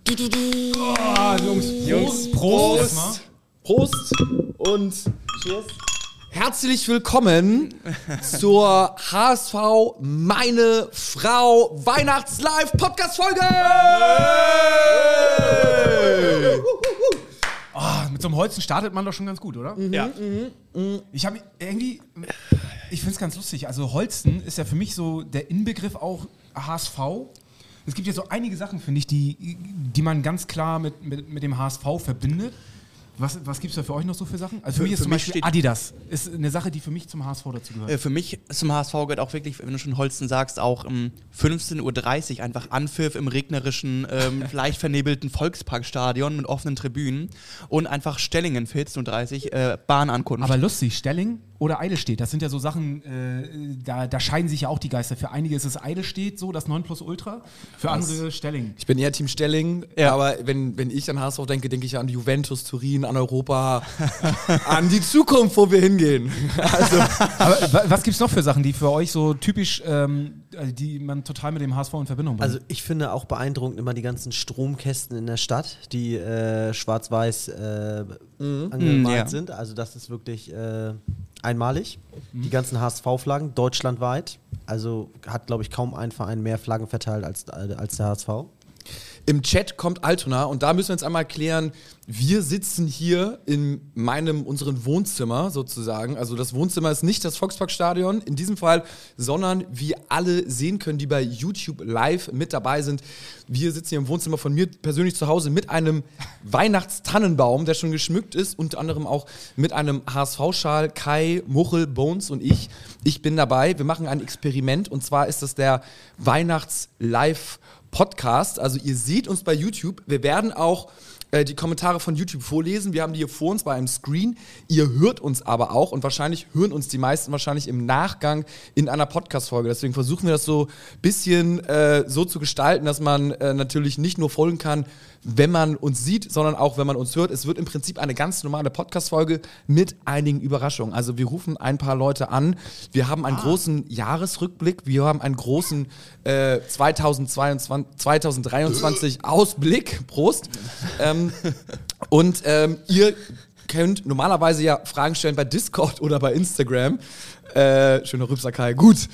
Jungs, Prost und Cheers. Herzlich willkommen zur HSV Meine Frau Weihnachts-Live-Podcast-Folge! Mit so einem Holzen startet man doch schon ganz gut, oder? Ja. Ich finde es ganz lustig. Also Holzen ist ja für mich so der Inbegriff auch HSV. Es gibt ja so einige Sachen, finde ich, die man ganz klar mit dem HSV verbindet. Was gibt es da für euch noch so für Sachen? Also für mich ist zum Beispiel Adidas. Ist eine Sache, die für mich zum HSV dazu gehört. Für mich zum HSV gehört auch wirklich, wenn du schon Holsten sagst, auch 15:30 Uhr einfach Anpfiff im regnerischen, leicht vernebelten Volksparkstadion mit offenen Tribünen und einfach Stellingen 14:30 Uhr, Bahnankunft. Aber lustig, Stelling oder Eidelstedt, das sind ja so Sachen, da scheiden sich ja auch die Geister. Für einige ist es Eidelstedt, so das 9+Ultra, für andere Stelling. Ich bin eher Team Stelling, aber wenn ich an HSV denke, denke ich an Juventus, Turin, an Europa, an die Zukunft, wo wir hingehen. Also. Aber was gibt's noch für Sachen, die für euch so typisch, die man total mit dem HSV in Verbindung bringt? Also ich finde auch beeindruckend immer die ganzen Stromkästen in der Stadt, die schwarz-weiß angemalt sind. Also das ist wirklich einmalig. Die ganzen HSV-Flaggen deutschlandweit. Also hat, glaube ich, kaum ein Verein mehr Flaggen verteilt als der HSV. Im Chat kommt Altona und da müssen wir uns einmal klären, wir sitzen hier in unserem Wohnzimmer sozusagen. Also das Wohnzimmer ist nicht das Volksparkstadion in diesem Fall, sondern wie alle sehen können, die bei YouTube live mit dabei sind. Wir sitzen hier im Wohnzimmer von mir persönlich zu Hause mit einem Weihnachtstannenbaum, der schon geschmückt ist, unter anderem auch mit einem HSV-Schal. Kai, Muchel, Bones und ich bin dabei. Wir machen ein Experiment und zwar ist das der Weihnachts-Live-Podcast. Also ihr seht uns bei YouTube. Wir werden auch die Kommentare von YouTube vorlesen. Wir haben die hier vor uns bei einem Screen. Ihr hört uns aber auch und wahrscheinlich hören uns die meisten wahrscheinlich im Nachgang in einer Podcast-Folge. Deswegen versuchen wir das so ein bisschen so zu gestalten, dass man natürlich nicht nur folgen kann, wenn man uns sieht, sondern auch, wenn man uns hört. Es wird im Prinzip eine ganz normale Podcast-Folge mit einigen Überraschungen. Also wir rufen ein paar Leute an. Wir haben einen großen Jahresrückblick. Wir haben einen großen 2023 Ausblick. Prost. Und ihr könnt normalerweise ja Fragen stellen bei Discord oder bei Instagram. Schöner Rübser Kai, gut.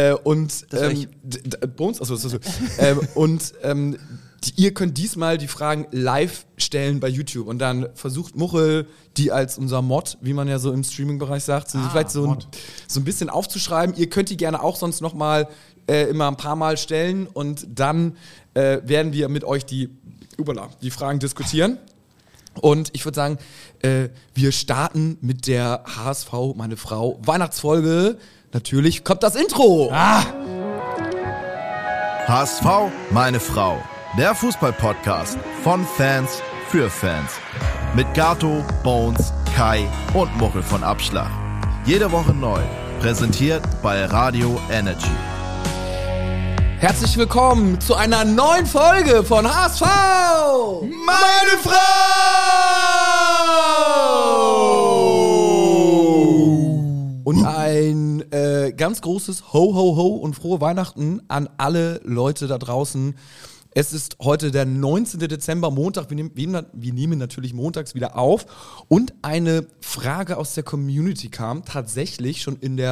Bones, achso, das ist so. Ihr könnt diesmal die Fragen live stellen bei YouTube und dann versucht Muchel, die als unser Mod, wie man ja so im Streaming-Bereich sagt, vielleicht so ein bisschen aufzuschreiben. Ihr könnt die gerne auch sonst nochmal immer ein paar Mal stellen und dann werden wir mit euch die Fragen diskutieren. Und ich würde sagen, wir starten mit der HSV Meine Frau Weihnachtsfolge. Natürlich kommt das Intro. HSV Meine Frau. Der Fußball-Podcast von Fans für Fans. Mit Gato, Bones, Kai und Muchel von Abschlag. Jede Woche neu. Präsentiert bei Radio Energy. Herzlich willkommen zu einer neuen Folge von HSV Meine Frau! Und ein ganz großes Ho, Ho, Ho und frohe Weihnachten an alle Leute da draußen. Es ist heute der 19. Dezember, Montag. Wir nehmen natürlich montags wieder auf. Und eine Frage aus der Community kam tatsächlich schon im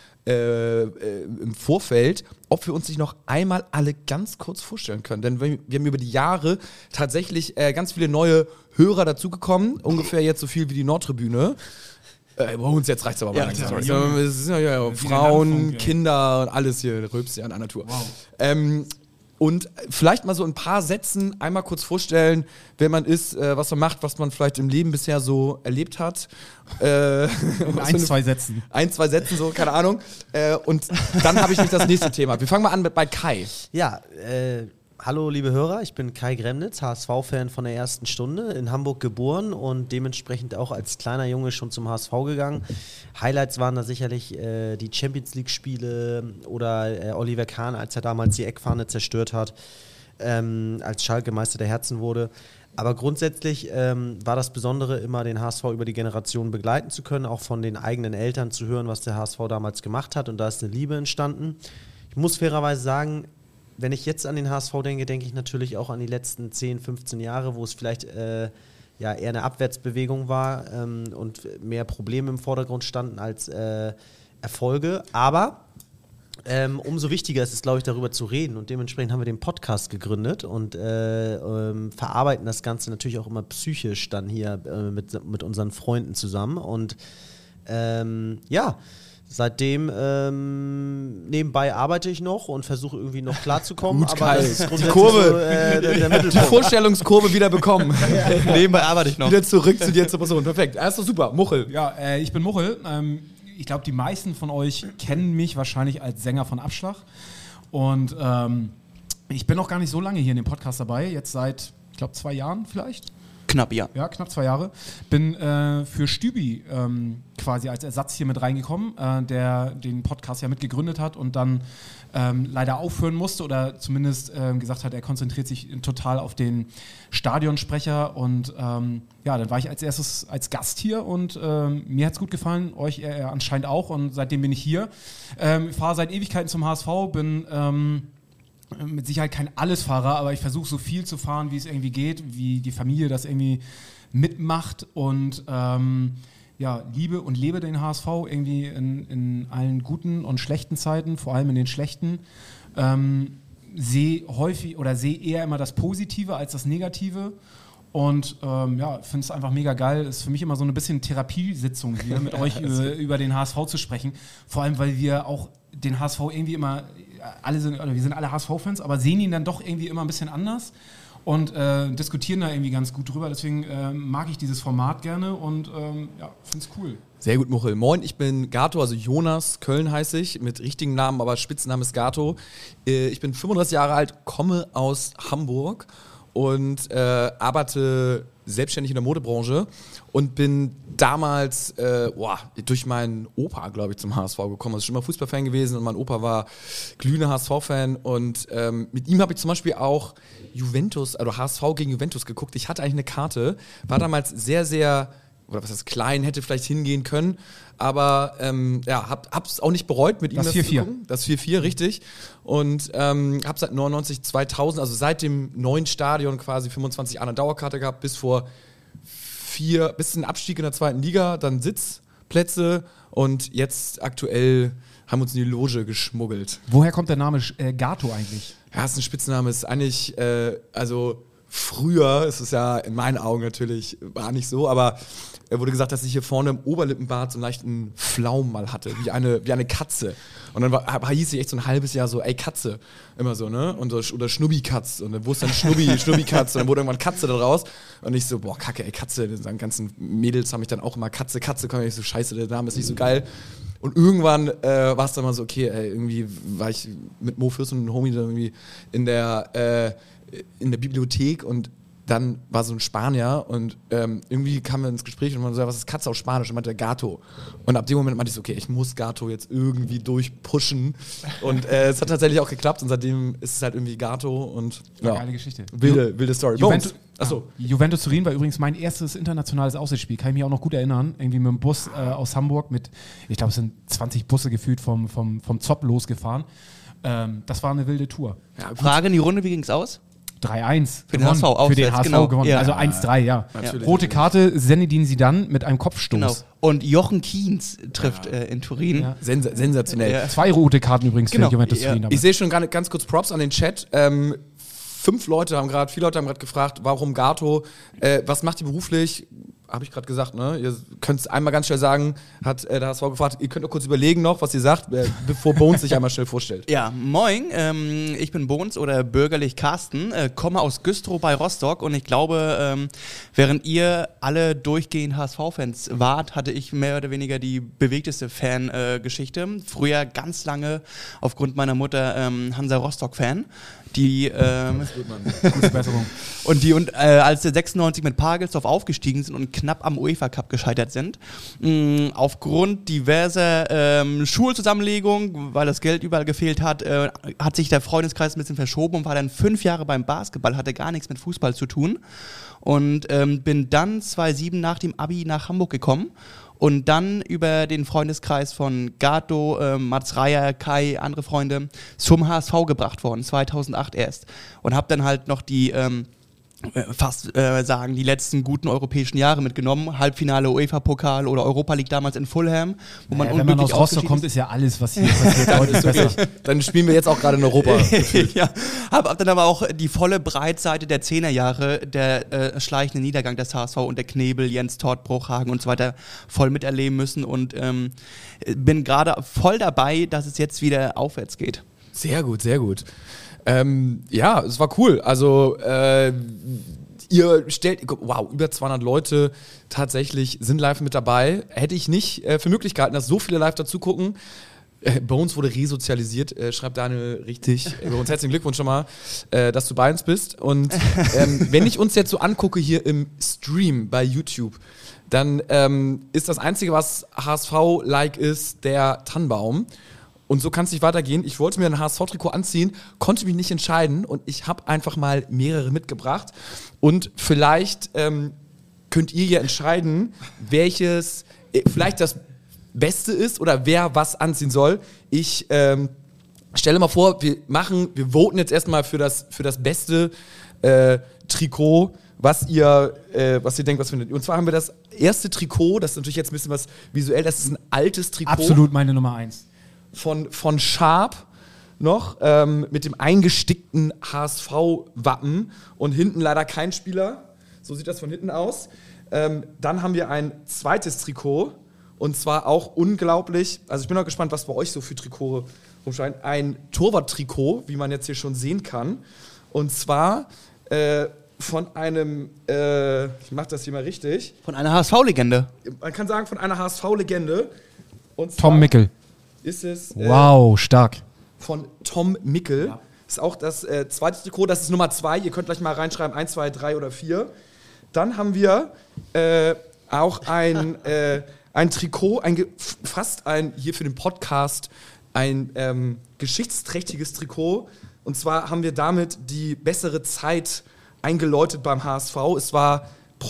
Vorfeld, ob wir uns nicht noch einmal alle ganz kurz vorstellen können. Denn wir haben über die Jahre tatsächlich ganz viele neue Hörer dazugekommen. Ungefähr jetzt so viel wie die Nordtribüne. Bei uns jetzt reicht's aber mal. Es sind ja Frauen, Kinder und alles hier. Rülpst ja an der Natur. Wow. Und vielleicht mal so ein paar Sätzen einmal kurz vorstellen, wer man ist, was man macht, was man vielleicht im Leben bisher so erlebt hat. Zwei Sätzen. Zwei Sätzen, so, keine Ahnung. Und dann habe ich nicht das nächste Thema. Wir fangen mal an bei Kai. Ja, hallo liebe Hörer, ich bin Kai Gremnitz, HSV-Fan von der ersten Stunde, in Hamburg geboren und dementsprechend auch als kleiner Junge schon zum HSV gegangen. Highlights waren da sicherlich die Champions-League-Spiele oder Oliver Kahn, als er damals die Eckfahne zerstört hat, als Schalke Meister der Herzen wurde. Aber grundsätzlich war das Besondere immer, den HSV über die Generation begleiten zu können, auch von den eigenen Eltern zu hören, was der HSV damals gemacht hat, und da ist eine Liebe entstanden. Ich muss fairerweise sagen, wenn ich jetzt an den HSV denke, denke ich natürlich auch an die letzten 10, 15 Jahre, wo es vielleicht eher eine Abwärtsbewegung war und mehr Probleme im Vordergrund standen als Erfolge. Aber umso wichtiger ist es, glaube ich, darüber zu reden. Und dementsprechend haben wir den Podcast gegründet und verarbeiten das Ganze natürlich auch immer psychisch dann hier mit unseren Freunden zusammen. Und seitdem nebenbei arbeite ich noch und versuche irgendwie noch klarzukommen. Gut, aber das ist grundsätzlich der Die Mittelpunkt. Vorstellungskurve wieder bekommen. Nebenbei arbeite ich noch. Wieder zurück zu dir zur Person. Perfekt. Das ist doch super. Muchel. Ja, ich bin Muchel. Ich glaube, die meisten von euch kennen mich wahrscheinlich als Sänger von Abschlag. Und ich bin noch gar nicht so lange hier in dem Podcast dabei. Jetzt seit, ich glaube, 2 Jahren vielleicht. Knapp, ja. Ja, knapp 2 Jahre. Bin für Stübi quasi als Ersatz hier mit reingekommen, der den Podcast ja mitgegründet hat und dann leider aufhören musste oder zumindest gesagt hat, er konzentriert sich total auf den Stadionsprecher und dann war ich als erstes als Gast hier und mir hat es gut gefallen, euch anscheinend auch und seitdem bin ich hier. Fahre seit Ewigkeiten zum HSV, bin mit Sicherheit kein Allesfahrer, aber ich versuche so viel zu fahren, wie es irgendwie geht, wie die Familie das irgendwie mitmacht und liebe und lebe den HSV irgendwie in allen guten und schlechten Zeiten, vor allem in den schlechten. Sehe eher immer das Positive als das Negative und finde es einfach mega geil. Ist für mich immer so ein bisschen Therapiesitzung hier, mit euch über den HSV zu sprechen. Vor allem, weil wir auch den HSV irgendwie immer wir sind alle HSV-Fans, aber sehen ihn dann doch irgendwie immer ein bisschen anders und diskutieren da irgendwie ganz gut drüber. Deswegen mag ich dieses Format gerne und finde es cool. Sehr gut, Muchel. Moin, ich bin Gato, also Jonas Köln heiße ich, mit richtigen Namen, aber Spitzname ist Gato. Ich bin 35 Jahre alt, komme aus Hamburg und arbeite selbstständig in der Modebranche und bin damals durch meinen Opa, glaube ich, zum HSV gekommen. Also schon immer Fußballfan gewesen und mein Opa war glühender HSV-Fan und mit ihm habe ich zum Beispiel auch HSV gegen Juventus geguckt. Ich hatte eigentlich eine Karte, war damals sehr, sehr, oder was heißt klein, hätte vielleicht hingehen können, aber hab's auch nicht bereut, mit ihm das 4-4 zu gucken. Das 4-4, richtig. Und hab seit 99, 2000, also seit dem neuen Stadion quasi 25 Jahre eine Dauerkarte gehabt, bis den Abstieg in der 2. Liga, dann Sitzplätze und jetzt aktuell haben uns in die Loge geschmuggelt. Woher kommt der Name Gato eigentlich? Ja, ist ein Spitzname, ist eigentlich, früher ist es ja in meinen Augen natürlich, war nicht so, aber wurde gesagt, dass ich hier vorne im Oberlippenbart so einen leichten Flaum mal hatte, wie eine Katze. Und dann hieß ich echt so ein halbes Jahr so, ey Katze, immer so, ne? Und so, oder Schnubbi-Katz. Und dann wurde es dann Schnubbi-Katz und dann wurde irgendwann Katze da raus. Und ich so, boah, Kacke, ey Katze. Die ganzen Mädels haben mich dann auch immer Katze, komm ich so, scheiße, der Name ist nicht so geil. Und irgendwann war es dann mal so, okay, ey, irgendwie war ich mit Mo Fürst und einem Homie dann irgendwie in der Bibliothek und dann war so ein Spanier und irgendwie kamen wir ins Gespräch und man so, was ist Katze auf Spanisch? Und meinte der Gato. Und ab dem Moment meinte ich so, okay, ich muss Gato jetzt irgendwie durchpushen. Und es hat tatsächlich auch geklappt und seitdem ist es halt irgendwie Gato und geile Geschichte. Wilde Story. Juventus Turin war übrigens mein erstes internationales Auswärtsspiel. Kann ich mich auch noch gut erinnern. Irgendwie mit dem Bus aus Hamburg mit, ich glaube, es sind 20 Busse gefühlt vom Zopp losgefahren. Das war eine wilde Tour. Ja, Frage in die Runde, wie ging es aus? 3-1 für den HSV auch. Für den HSV gewonnen. Ja. Also 1-3, ja. Rote Karte, Zenedine Zidane mit einem Kopfstoß. Genau. Und Jochen Kienz trifft in Turin. Ja. Sensationell. Ja. 2 rote Karten übrigens für Juventus Turin. Ich sehe schon ganz kurz Props an den Chat. 4 Leute haben gerade gefragt, warum Gato, was macht ihr beruflich? Habe ich gerade gesagt, ne? Ihr könnt es einmal ganz schnell sagen, hat der HSV gefragt, ihr könnt nur kurz überlegen noch, was ihr sagt, bevor Bones sich einmal schnell vorstellt. Ja, moin, ich bin Bones oder bürgerlich Carsten, komme aus Güstrow bei Rostock und ich glaube, während ihr alle durchgehend HSV-Fans wart, hatte ich mehr oder weniger die bewegteste Fangeschichte. Früher ganz lange aufgrund meiner Mutter Hansa Rostock-Fan. Die gute Besserung. Und als sie 96 mit Pagelsdorf aufgestiegen sind und knapp am UEFA Cup gescheitert sind, aufgrund diverser Schulzusammenlegungen, weil das Geld überall gefehlt hat, hat sich der Freundeskreis ein bisschen verschoben und war dann 5 Jahre beim Basketball, hatte gar nichts mit Fußball zu tun und bin dann 2007 nach dem Abi nach Hamburg gekommen und dann über den Freundeskreis von Gato, Mats Reier, Kai, andere Freunde zum HSV gebracht worden, 2008 erst. Und habe dann halt noch die die letzten guten europäischen Jahre mitgenommen. Halbfinale UEFA-Pokal oder Europa League damals in Fulham, wo man wenn man aus Rostock kommt, ist ja alles, was hier passiert, heute besser. Dann spielen wir jetzt auch gerade in Europa. Ja, hab dann aber auch die volle Breitseite der 10er-Jahre, der schleichende Niedergang des HSV und der Knebel, Jens Todt, Bruchhagen und so weiter voll miterleben müssen und bin gerade voll dabei, dass es jetzt wieder aufwärts geht. Sehr gut, sehr gut. Ja, es war cool. Also, ihr stellt, wow, über 200 Leute tatsächlich sind live mit dabei. Hätte ich nicht für möglich gehalten, dass so viele live dazu gucken. Bones wurde resozialisiert, schreibt Daniel richtig. Bei uns herzlichen Glückwunsch schon mal, dass du bei uns bist. Und wenn ich uns jetzt so angucke hier im Stream bei YouTube, dann ist das Einzige, was HSV-like ist, der Tannenbaum. Und so kann es nicht weitergehen. Ich wollte mir ein HSV-Trikot anziehen, konnte mich nicht entscheiden und ich habe einfach mal mehrere mitgebracht. Und vielleicht könnt ihr ja entscheiden, welches vielleicht das Beste ist oder wer was anziehen soll. Ich stelle mal vor, wir voten jetzt erstmal für das beste Trikot, was ihr denkt, was findet. Und zwar haben wir das erste Trikot, das ist natürlich jetzt ein bisschen was visuell, das ist ein altes Trikot. Absolut meine Nummer 1. Von Sharp noch, mit dem eingestickten HSV-Wappen und hinten leider kein Spieler. So sieht das von hinten aus. Dann haben wir ein zweites Trikot und zwar auch unglaublich, also ich bin auch gespannt, was bei euch so für Trikots rumscheinen. Ein Torwart-Trikot, wie man jetzt hier schon sehen kann. Und zwar von einem, ich mach das hier mal richtig. Von einer HSV-Legende. Man kann sagen, von einer HSV-Legende. Und zwar Tom Mickel. Ist es wow, stark. Von Tom Mickel. Ja. Ist auch das zweite Trikot, das ist Nummer 2. Ihr könnt gleich mal reinschreiben, 1, 2, 3 oder 4. Dann haben wir auch ein Trikot, hier für den Podcast, ein geschichtsträchtiges Trikot. Und zwar haben wir damit die bessere Zeit eingeläutet beim HSV. Es war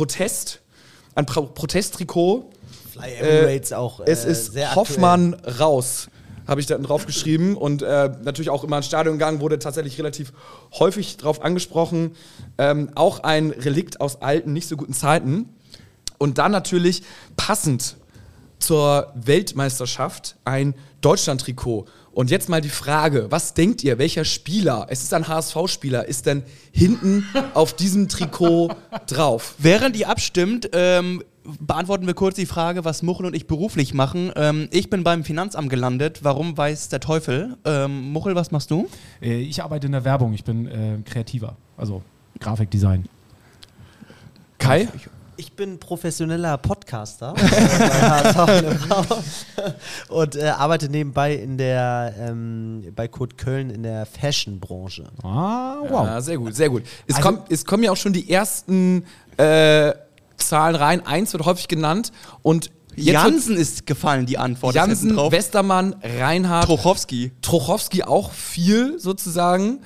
ein Protesttrikot. Fly Emirates auch es ist sehr Hoffmann aktuell. Raus, habe ich da drauf geschrieben. Und natürlich auch immer ein Stadiongang wurde tatsächlich relativ häufig drauf angesprochen. Auch ein Relikt aus alten, nicht so guten Zeiten. Und dann natürlich passend zur Weltmeisterschaft ein Deutschland-Trikot. Und jetzt mal die Frage, was denkt ihr, welcher Spieler, es ist ein HSV-Spieler, ist denn hinten auf diesem Trikot drauf? Während ihr abstimmt, beantworten wir kurz die Frage, was Muchel und ich beruflich machen. Ich bin beim Finanzamt gelandet. Warum weiß der Teufel? Muchel, was machst du? Ich arbeite in der Werbung. Ich bin Kreativer, also Grafikdesign. Kai? Ich bin professioneller Podcaster und arbeite nebenbei bei Kurt Köln in der Fashion-Branche. Ah, wow. Ja, sehr gut, sehr gut. Es kommen ja auch schon die ersten Zahlen rein. 1 wird häufig genannt und Jansen ist gefallen, die Antwort. Jansen, Westermann, Reinhardt. Trochowski auch viel sozusagen.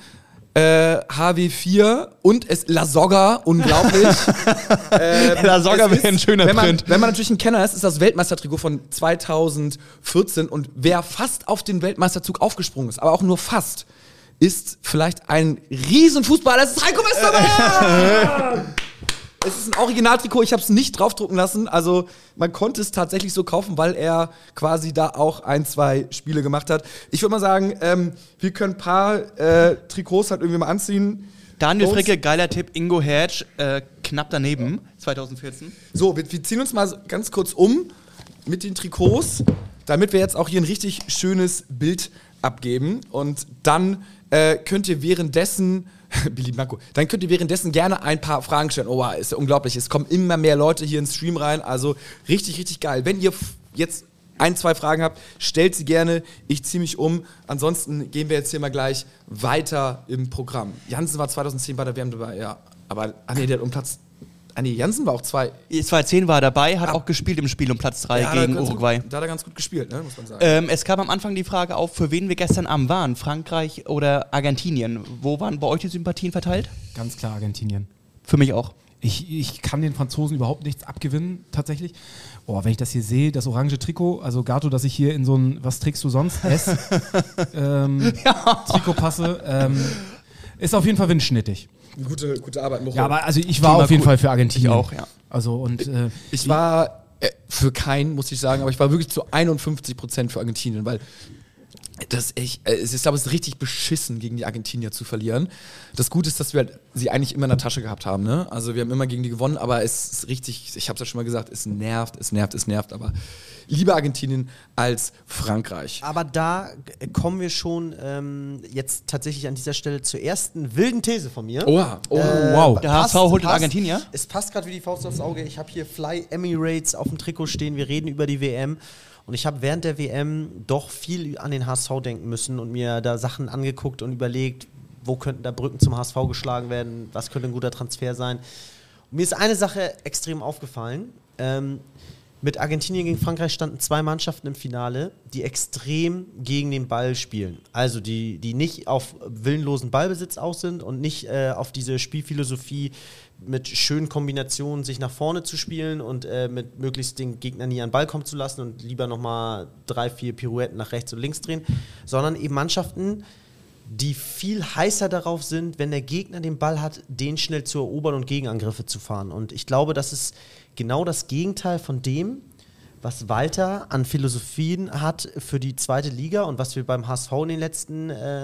HW4 und Lasogga, unglaublich. Lasogga wäre ein schöner Print. Wenn man natürlich ein Kenner ist das Weltmeistertrikot von 2014 und wer fast auf den Weltmeisterzug aufgesprungen ist, aber auch nur fast, ist vielleicht ein Riesenfußballer. Es ist Heiko Westermann! Es ist ein Originaltrikot, ich habe es nicht draufdrucken lassen. Also man konnte es tatsächlich so kaufen, weil er quasi da auch 1, 2 Spiele gemacht hat. Ich würde mal sagen, wir können ein paar Trikots halt irgendwie mal anziehen. Daniel Fricke, geiler Tipp. Ingo Hertz, knapp daneben, 2014. So, wir ziehen uns mal ganz kurz um mit den Trikots, damit wir jetzt auch hier ein richtig schönes Bild abgeben. Und dann könnt ihr währenddessen... Billy Blanco. Dann könnt ihr währenddessen gerne ein paar Fragen stellen. Oh, wow, ist ja unglaublich. Es kommen immer mehr Leute hier ins Stream rein. Also richtig, richtig geil. Wenn ihr jetzt 1, 2 Fragen habt, stellt sie gerne. Ich ziehe mich um. Ansonsten gehen wir jetzt hier mal gleich weiter im Programm. Jansen war 2010 bei der WM dabei, ja. Aber, der hat um Platz... Jansen war auch 2010 war er dabei, hat auch gespielt im Spiel um Platz 3 gegen Uruguay. Da hat er ganz gut gespielt, ne, muss man sagen. Es kam am Anfang die Frage auf, für wen wir gestern Abend waren, Frankreich oder Argentinien. Wo waren bei euch die Sympathien verteilt? Ganz klar Argentinien. Für mich auch. Ich kann den Franzosen überhaupt nichts abgewinnen, tatsächlich. Oh, wenn ich das hier sehe, das orange Trikot, also Gato, dass ich hier in so ein, was trägst du sonst? Trikot passe, ist auf jeden Fall windschnittig. Gute Arbeit, Mocho. Ja, aber also ich war auf jeden Fall für Argentinien. Ich auch, ja. Also und ich war für keinen, muss ich sagen, aber ich war wirklich zu 51% für Argentinien, weil das echt, es ist richtig beschissen, gegen die Argentinier zu verlieren. Das Gute ist, dass wir halt sie eigentlich immer in der Tasche gehabt haben, ne? Also wir haben immer gegen die gewonnen, aber es ist richtig, ich habe es ja schon mal gesagt, es nervt, aber lieber Argentinien als Frankreich. Aber da kommen wir schon jetzt tatsächlich an dieser Stelle zur ersten wilden These von mir. Wow. Der HSV holt den Argentinier? Es passt gerade wie die Faust aufs Auge. Ich habe hier Fly Emirates auf dem Trikot stehen. Wir reden über die WM. Und ich habe während der WM doch viel an den HSV denken müssen und mir da Sachen angeguckt und überlegt, wo könnten da Brücken zum HSV geschlagen werden, was könnte ein guter Transfer sein. Und mir ist eine Sache extrem aufgefallen. Mit Argentinien gegen Frankreich standen 2 Mannschaften im Finale, die extrem gegen den Ball spielen. Also die nicht auf willenlosen Ballbesitz aus sind und nicht auf diese Spielphilosophie mit schönen Kombinationen sich nach vorne zu spielen und mit möglichst den Gegner nie an den Ball kommen zu lassen und lieber nochmal 3-4 Pirouetten nach rechts und links drehen, sondern eben Mannschaften, die viel heißer darauf sind, wenn der Gegner den Ball hat, den schnell zu erobern und Gegenangriffe zu fahren. Und ich glaube, das ist genau das Gegenteil von dem, was Walter an Philosophien hat für die zweite Liga und was wir beim HSV in den letzten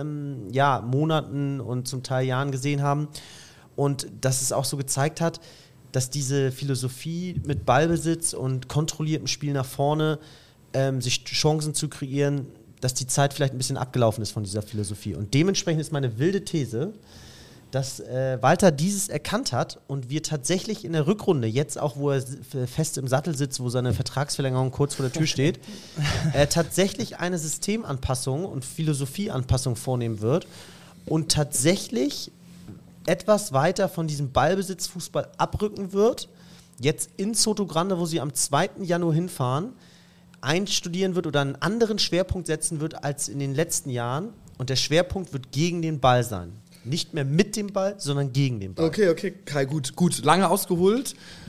Monaten und zum Teil Jahren gesehen haben. Und dass es auch so gezeigt hat, dass diese Philosophie mit Ballbesitz und kontrolliertem Spiel nach vorne, sich Chancen zu kreieren, dass die Zeit vielleicht ein bisschen abgelaufen ist von dieser Philosophie. Und dementsprechend ist meine wilde These, dass Walter dieses erkannt hat und wir tatsächlich in der Rückrunde, jetzt auch wo er fest im Sattel sitzt, wo seine Vertragsverlängerung kurz vor der Tür steht, tatsächlich eine Systemanpassung und Philosophieanpassung vornehmen wird und tatsächlich etwas weiter von diesem Ballbesitzfußball abrücken wird, jetzt in Soto Grande, wo sie am 2. Januar hinfahren, einstudieren wird oder einen anderen Schwerpunkt setzen wird als in den letzten Jahren und der Schwerpunkt wird gegen den Ball sein. Nicht mehr mit dem Ball, sondern gegen den Ball. Okay, Kai, gut. Lange ausgeholt.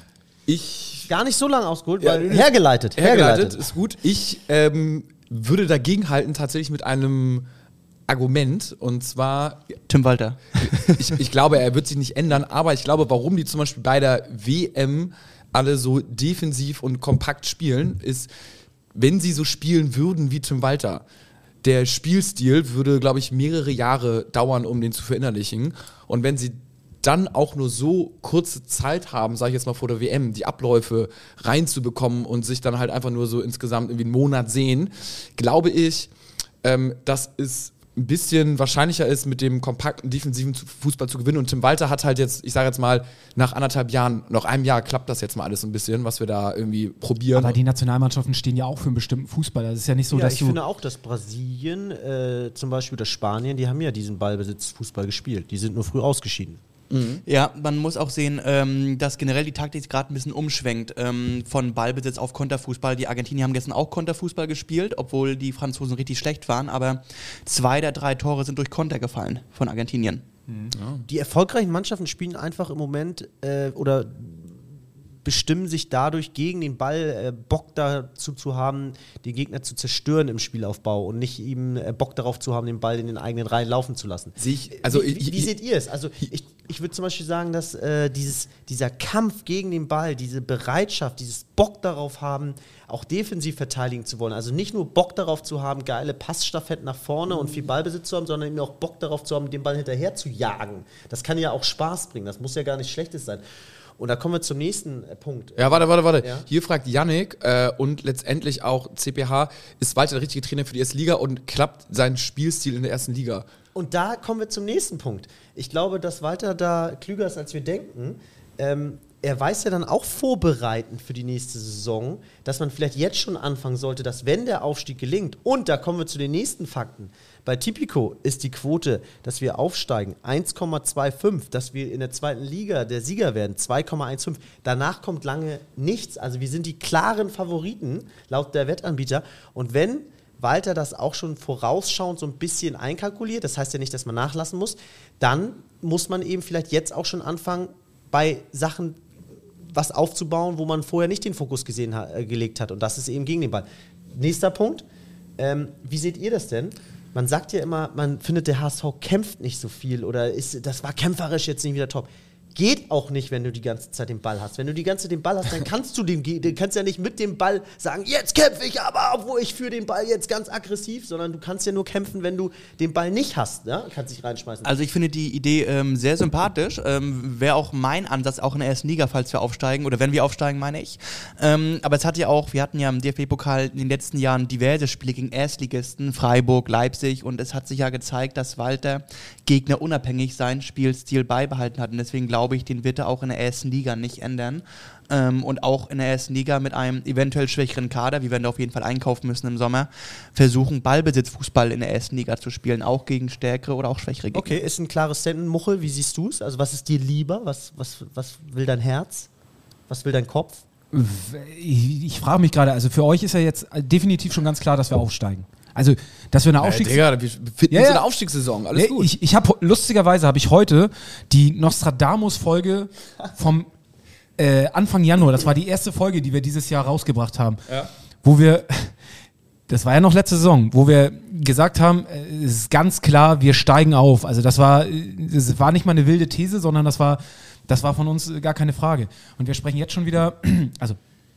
Gar nicht so lange ausgeholt, weil hergeleitet. Ist gut. Ich würde dagegen halten, tatsächlich mit einem Argument, und zwar Tim Walter. Ich glaube, er wird sich nicht ändern, aber ich glaube, warum die zum Beispiel bei der WM alle so defensiv und kompakt spielen, ist, wenn sie so spielen würden wie Tim Walter. Der Spielstil würde, glaube ich, mehrere Jahre dauern, um den zu verinnerlichen. Und wenn sie dann auch nur so kurze Zeit haben, sage ich jetzt mal vor der WM, die Abläufe reinzubekommen und sich dann halt einfach nur so insgesamt irgendwie einen Monat sehen, glaube ich, dass es ein bisschen wahrscheinlicher ist, mit dem kompakten, defensiven Fußball zu gewinnen. Und Tim Walter hat halt jetzt, ich sage jetzt mal, nach 1,5 Jahren, noch einem Jahr klappt das jetzt mal alles so ein bisschen, was wir da irgendwie probieren. Aber die Nationalmannschaften stehen ja auch für einen bestimmten Fußball. Das ist ja nicht so, dass ich finde auch, dass Brasilien, zum Beispiel oder Spanien, die haben ja diesen Ballbesitzfußball gespielt. Die sind nur früh ausgeschieden. Mhm. Ja, man muss auch sehen, dass generell die Taktik gerade ein bisschen umschwenkt von Ballbesitz auf Konterfußball. Die Argentinier haben gestern auch Konterfußball gespielt, obwohl die Franzosen richtig schlecht waren, aber 2 der 3 Tore sind durch Konter gefallen von Argentinien. Mhm. Ja. Die erfolgreichen Mannschaften spielen einfach im Moment oder bestimmen sich dadurch gegen den Ball Bock dazu zu haben, den Gegner zu zerstören im Spielaufbau und nicht ihm Bock darauf zu haben, den Ball in den eigenen Reihen laufen zu lassen. Wie seht ihr es? Also ich würde zum Beispiel sagen, dass dieser Kampf gegen den Ball, diese Bereitschaft, dieses Bock darauf haben, auch defensiv verteidigen zu wollen. Also nicht nur Bock darauf zu haben, geile Passstaffetten nach vorne und viel Ballbesitz zu haben, sondern eben auch Bock darauf zu haben, den Ball hinterher zu jagen. Das kann ja auch Spaß bringen. Das muss ja gar nichts Schlechtes sein. Und da kommen wir zum nächsten Punkt. Ja, warte. Ja? Hier fragt Yannick und letztendlich auch CPH, ist Walter der richtige Trainer für die erste Liga und klappt sein Spielstil in der ersten Liga? Und da kommen wir zum nächsten Punkt. Ich glaube, dass Walter da klüger ist, als wir denken. Er weiß ja dann auch vorbereitend für die nächste Saison, dass man vielleicht jetzt schon anfangen sollte, dass wenn der Aufstieg gelingt, und da kommen wir zu den nächsten Fakten, bei Tipico ist die Quote, dass wir aufsteigen, 1,25, dass wir in der zweiten Liga der Sieger werden, 2,15. Danach kommt lange nichts. Also wir sind die klaren Favoriten laut der Wettanbieter. Und wenn Walter das auch schon vorausschauend so ein bisschen einkalkuliert, das heißt ja nicht, dass man nachlassen muss, dann muss man eben vielleicht jetzt auch schon anfangen, bei Sachen was aufzubauen, wo man vorher nicht den Fokus gelegt hat. Und das ist eben gegen den Ball. Nächster Punkt. Wie seht ihr das denn? Man sagt ja immer, man findet, der HSV kämpft nicht so viel oder das war kämpferisch jetzt nicht wieder top. Geht auch nicht, wenn du die ganze Zeit den Ball hast. Wenn du die ganze Zeit den Ball hast, dann kannst du ja nicht mit dem Ball sagen, jetzt kämpfe ich, aber obwohl ich für den Ball jetzt ganz aggressiv, sondern du kannst ja nur kämpfen, wenn du den Ball nicht hast. Ja? Kannst dich reinschmeißen. Also ich finde die Idee sehr sympathisch. Wäre auch mein Ansatz, auch in der ersten Liga, falls wir aufsteigen, oder wenn wir aufsteigen, meine ich. Aber es hat ja auch, wir hatten ja im DFB-Pokal in den letzten Jahren diverse Spiele gegen Erstligisten, Freiburg, Leipzig, und es hat sich ja gezeigt, dass Walter Gegner unabhängig seinen Spielstil beibehalten hat, und deswegen glaube ich, den wird er auch in der ersten Liga nicht ändern. Und auch in der ersten Liga mit einem eventuell schwächeren Kader, wir werden da auf jeden Fall einkaufen müssen im Sommer, versuchen, Ballbesitzfußball in der ersten Liga zu spielen, auch gegen stärkere oder auch schwächere Gegner. Okay, ist ein klares Statement. Muchel, wie siehst du es? Also was ist dir lieber? Was will dein Herz? Was will dein Kopf? Ich frage mich gerade, also für euch ist ja jetzt definitiv schon ganz klar, dass wir aufsteigen. Also, dass wir eine Digga, wir finden uns in der Aufstiegssaison, alles gut. Ich habe lustigerweise heute die Nostradamus-Folge vom Anfang Januar, das war die erste Folge, die wir dieses Jahr rausgebracht haben, wo wir, das war ja noch letzte Saison, wo wir gesagt haben, es ist ganz klar, wir steigen auf. Also das war nicht mal eine wilde These, sondern das war von uns gar keine Frage. Und wir sprechen jetzt schon wieder, also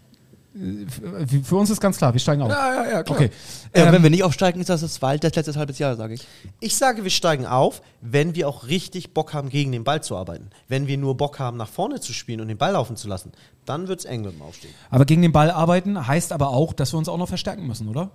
für uns ist ganz klar, wir steigen auf. Ja, klar. Okay. Wenn wir nicht aufsteigen, ist das Walters letztes halbes Jahr, sage ich. Ich sage, wir steigen auf, wenn wir auch richtig Bock haben, gegen den Ball zu arbeiten. Wenn wir nur Bock haben, nach vorne zu spielen und den Ball laufen zu lassen, dann wird es eng mit dem Aufstieg. Aber gegen den Ball arbeiten heißt aber auch, dass wir uns auch noch verstärken müssen, oder?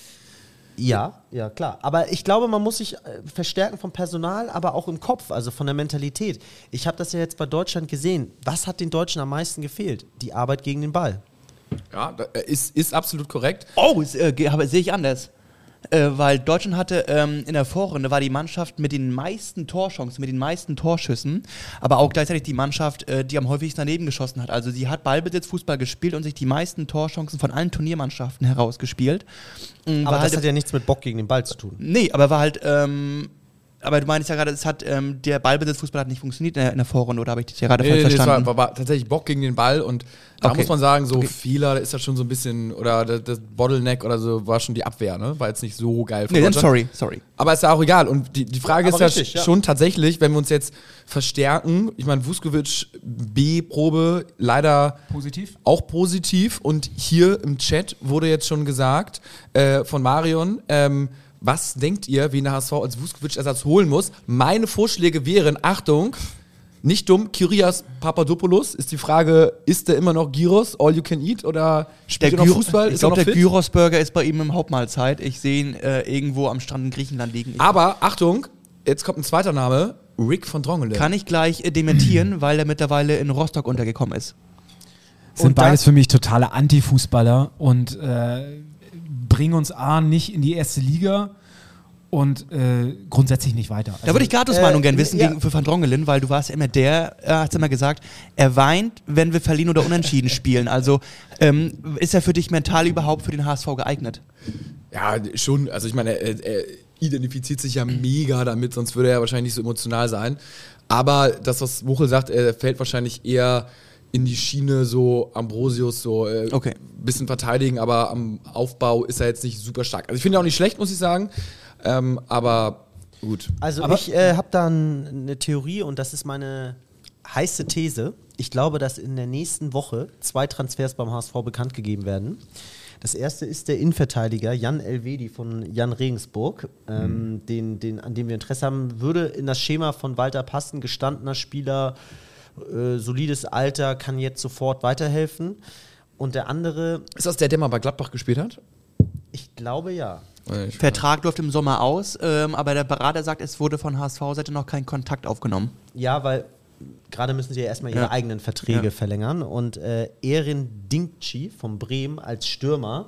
Ja, klar. Aber ich glaube, man muss sich verstärken vom Personal, aber auch im Kopf, also von der Mentalität. Ich habe das ja jetzt bei Deutschland gesehen. Was hat den Deutschen am meisten gefehlt? Die Arbeit gegen den Ball. Ja, ist absolut korrekt. Oh, sehe ich anders. Weil Deutschland hatte in der Vorrunde war die Mannschaft mit den meisten Torchancen, mit den meisten Torschüssen, aber auch gleichzeitig die Mannschaft, die am häufigsten daneben geschossen hat. Also sie hat Ballbesitzfußball gespielt und sich die meisten Torchancen von allen Turniermannschaften herausgespielt. Aber das hat ja nichts mit Bock gegen den Ball zu tun. Nee, aber war halt... aber du meinst ja gerade, der Ballbesitzfußball hat nicht funktioniert in der Vorrunde, oder habe ich das ja gerade falsch verstanden? Es war tatsächlich Bock gegen den Ball, und da muss man sagen, Fehler ist das schon so ein bisschen, oder das Bottleneck oder so, war schon die Abwehr, ne? War jetzt nicht so geil. Nee, dann sorry. Aber ist ja auch egal, und die Frage ist richtig, schon tatsächlich, wenn wir uns jetzt verstärken, ich meine, Vuskovic B-Probe leider auch positiv, und hier im Chat wurde jetzt schon gesagt von Marion, was denkt ihr, wen der HSV als Vuskovic-Ersatz holen muss? Meine Vorschläge wären, Achtung, nicht dumm, Kyrios Papadopoulos, ist die Frage, ist der immer noch Gyros, all you can eat, oder spielt er noch Fußball? Ich glaube, der Gyros-Burger ist bei ihm im Hauptmahlzeit. Ich sehe ihn irgendwo am Strand in Griechenland liegen. Aber, Achtung, jetzt kommt ein zweiter Name, Rick von Drongelen. Kann ich gleich dementieren, weil er mittlerweile in Rostock untergekommen ist. Sind beides für mich totale Anti-Fußballer und bringen uns nicht in die erste Liga und grundsätzlich nicht weiter. Also, da würde ich Gatos Meinung gerne wissen für Van Drongelen, weil du warst ja immer hat immer gesagt, er weint, wenn wir verlieren oder unentschieden spielen. Also ist er für dich mental überhaupt für den HSV geeignet? Ja, schon. Also ich meine, er identifiziert sich ja mega damit, sonst würde er wahrscheinlich nicht so emotional sein. Aber das, was Muchel sagt, er fällt wahrscheinlich eher in die Schiene so Ambrosius, so bisschen verteidigen, aber am Aufbau ist er jetzt nicht super stark. Also ich finde ihn auch nicht schlecht, muss ich sagen, aber gut. Also ich habe da eine Theorie, und das ist meine heiße These. Ich glaube, dass in der nächsten Woche 2 Transfers beim HSV bekannt gegeben werden. Das erste ist der Innenverteidiger Jan Elvedi von Jan Regensburg, an dem wir Interesse haben. Würde in das Schema von Walter passen, gestandener Spieler, solides Alter, kann jetzt sofort weiterhelfen. Und der andere... Ist das der mal bei Gladbach gespielt hat? Ich glaube, ja. Vertrag läuft im Sommer aus, aber der Berater sagt, es wurde von HSV-Seite noch kein Kontakt aufgenommen. Ja, weil gerade müssen sie ja erstmal ihre eigenen Verträge verlängern. Und Erin Dinkci von Bremen als Stürmer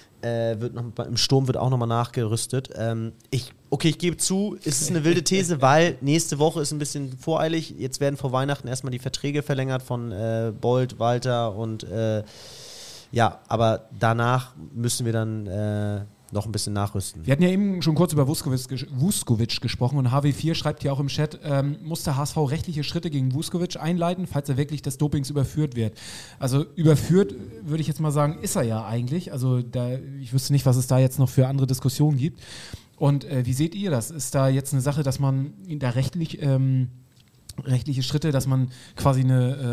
im Sturm wird auch nochmal nachgerüstet. Ich gebe zu, es ist eine wilde These, weil nächste Woche ist ein bisschen voreilig. Jetzt werden vor Weihnachten erstmal die Verträge verlängert von Bold, Walter und aber danach müssen wir dann noch ein bisschen nachrüsten. Wir hatten ja eben schon kurz über Vuskovic gesprochen und HW4 schreibt hier auch im Chat, muss der HSV rechtliche Schritte gegen Vuskovic einleiten, falls er wirklich des Dopings überführt wird. Also überführt, würde ich jetzt mal sagen, ist er ja eigentlich. Also ich wüsste nicht, was es da jetzt noch für andere Diskussionen gibt. Und wie seht ihr das? Ist da jetzt eine Sache, dass man da rechtliche Schritte, dass man quasi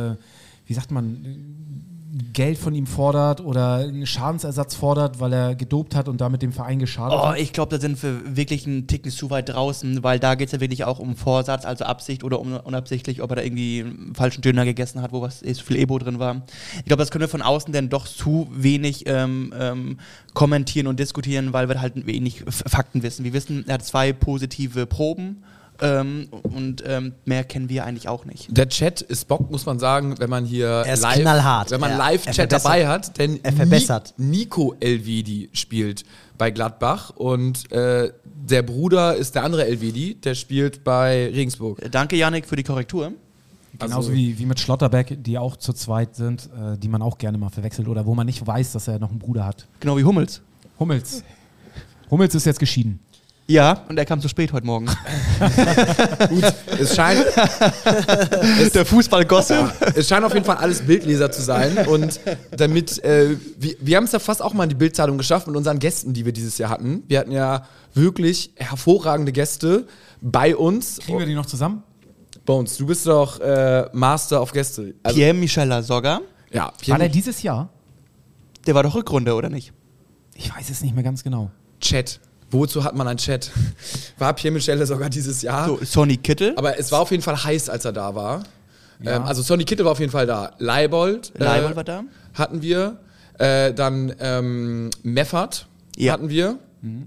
Geld von ihm fordert oder einen Schadensersatz fordert, weil er gedopt hat und damit dem Verein geschadet hat? Ich glaube, da sind wir wirklich einen Ticken zu weit draußen, weil da geht es ja wirklich auch um Vorsatz, also Absicht oder unabsichtlich, ob er da irgendwie einen falschen Döner gegessen hat, wo zu viel Ebo drin war. Ich glaube, das können wir von außen dann doch zu wenig kommentieren und diskutieren, weil wir halt wenig Fakten wissen. Wir wissen, er hat 2 positive Proben. Und mehr kennen wir eigentlich auch nicht. Der Chat ist Bock, muss man sagen, wenn man hier er ist knallhart. Wenn man Live-Chat dabei hat, denn er verbessert. Nico Elvedi spielt bei Gladbach und der Bruder ist der andere Elvedi, der spielt bei Regensburg. Danke, Yannick, für die Korrektur. Genauso wie mit Schlotterbeck, die auch zu zweit sind, die man auch gerne mal verwechselt oder wo man nicht weiß, dass er noch einen Bruder hat. Genau wie Hummels. Hummels ist jetzt geschieden. Ja, und er kam zu spät heute Morgen. Gut, es scheint... der Fußball-Gossip. Ja, es scheint auf jeden Fall alles Bildleser zu sein. Und damit... wir haben es ja fast auch mal in die Bildzeitung geschafft mit unseren Gästen, die wir dieses Jahr hatten. Wir hatten ja wirklich hervorragende Gäste bei uns. Kriegen wir die noch zusammen? Bones, du bist doch Master of Gäste. Also, Pierre-Michel Lasogga. Ja, war der dieses Jahr? Der war doch Rückrunde, oder nicht? Ich weiß es nicht mehr ganz genau. Chat. Wozu hat man einen Chat? War Pierre-Michel sogar dieses Jahr. So, Sonny Kittel. Aber es war auf jeden Fall heiß, als er da war. Ja. Also Sonny Kittel war auf jeden Fall da. Leibold war da. Hatten wir. Dann Meffert hatten wir.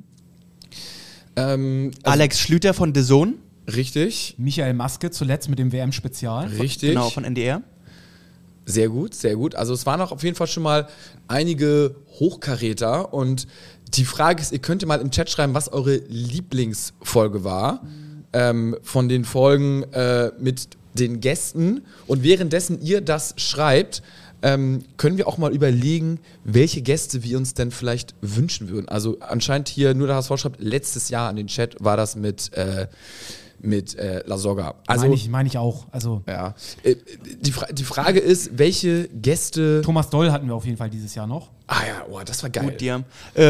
Alex Schlüter von The Zone. Richtig. Michael Maske zuletzt mit dem WM-Spezial. Richtig. Genau, von NDR. Sehr gut, sehr gut. Also es waren auch auf jeden Fall schon mal einige Hochkaräter und die Frage ist, ihr könnt mal im Chat schreiben, was eure Lieblingsfolge war von den Folgen mit den Gästen. Und währenddessen ihr das schreibt, können wir auch mal überlegen, welche Gäste wir uns denn vielleicht wünschen würden. Also anscheinend hier nur der HSV schreibt, letztes Jahr an den Chat war das mit Lasogga. Also, meine ich auch. Also ja. Die Frage ist, welche Gäste... Thomas Doll hatten wir auf jeden Fall dieses Jahr noch. Ah ja, oh, das war geil. Gut, dir.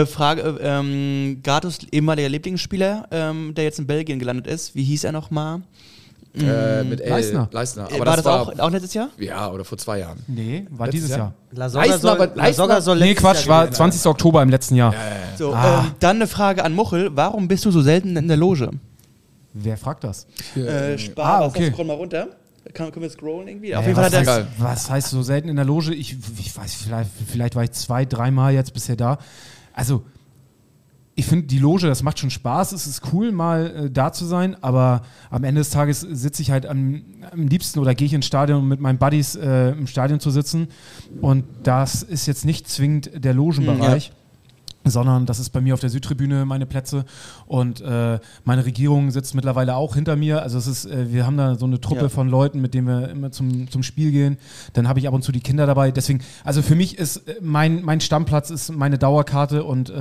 Frage, Gatos ehemaliger Lieblingsspieler, der jetzt in Belgien gelandet ist, wie hieß er nochmal? Mit Leistner. Aber war das auch letztes Jahr? Ja, oder vor 2 Jahren. Nee, war Letztes dieses Jahr. Lasogga soll Nee, Quatsch, war 20. Oktober im letzten Jahr. So, dann eine Frage an Muchel. Warum bist du so selten in der Loge? Wer fragt das? Okay. Scroll mal runter. Können wir scrollen irgendwie? Auf jeden Fall hat er... Was heißt so selten in der Loge? Ich weiß, vielleicht war ich 2-3 Mal jetzt bisher da. Also, ich finde, die Loge, das macht schon Spaß. Es ist cool, mal da zu sein, aber am Ende des Tages sitze ich halt am liebsten oder gehe ich ins Stadion, um mit meinen Buddies im Stadion zu sitzen. Und das ist jetzt nicht zwingend der Logenbereich. Sondern das ist bei mir auf der Südtribüne meine Plätze und meine Regierung sitzt mittlerweile auch hinter mir. Also es ist, wir haben da so eine Truppe von Leuten, mit denen wir immer zum Spiel gehen. Dann habe ich ab und zu die Kinder dabei. Deswegen, also für mich ist mein Stammplatz ist meine Dauerkarte und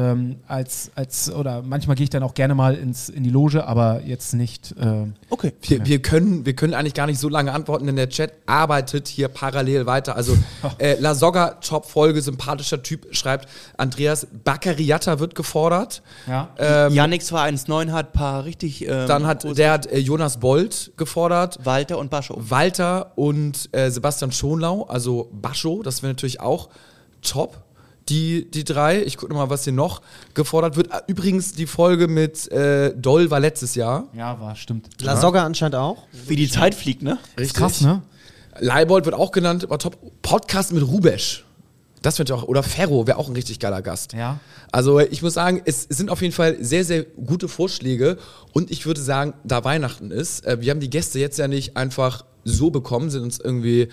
oder manchmal gehe ich dann auch gerne mal in die Loge, aber jetzt nicht. Okay. Wir können eigentlich gar nicht so lange antworten, denn der Chat arbeitet hier parallel weiter. Also Lasogga, Top-Folge, sympathischer Typ, schreibt Andreas Baccariata wird gefordert. Ja. Yannick zwar 1,9 hat, paar richtig... dann hat Jonas Bold gefordert. Walter und Bascho. Walter und Sebastian Schonlau, also Bascho, das wäre natürlich auch top, die 3. Ich gucke mal, was hier noch gefordert wird. Übrigens, die Folge mit Doll war letztes Jahr. Ja, stimmt. Lasogga anscheinend auch. Wie die Zeit fliegt, ne? Richtig. Krass, ne? Leibold wird auch genannt, aber top. Podcast mit Rubesch. Das wird auch, oder Ferro wäre auch ein richtig geiler Gast. Ja. Also ich muss sagen, es sind auf jeden Fall sehr, sehr gute Vorschläge und ich würde sagen, da Weihnachten ist, wir haben die Gäste jetzt ja nicht einfach so bekommen, sind uns irgendwie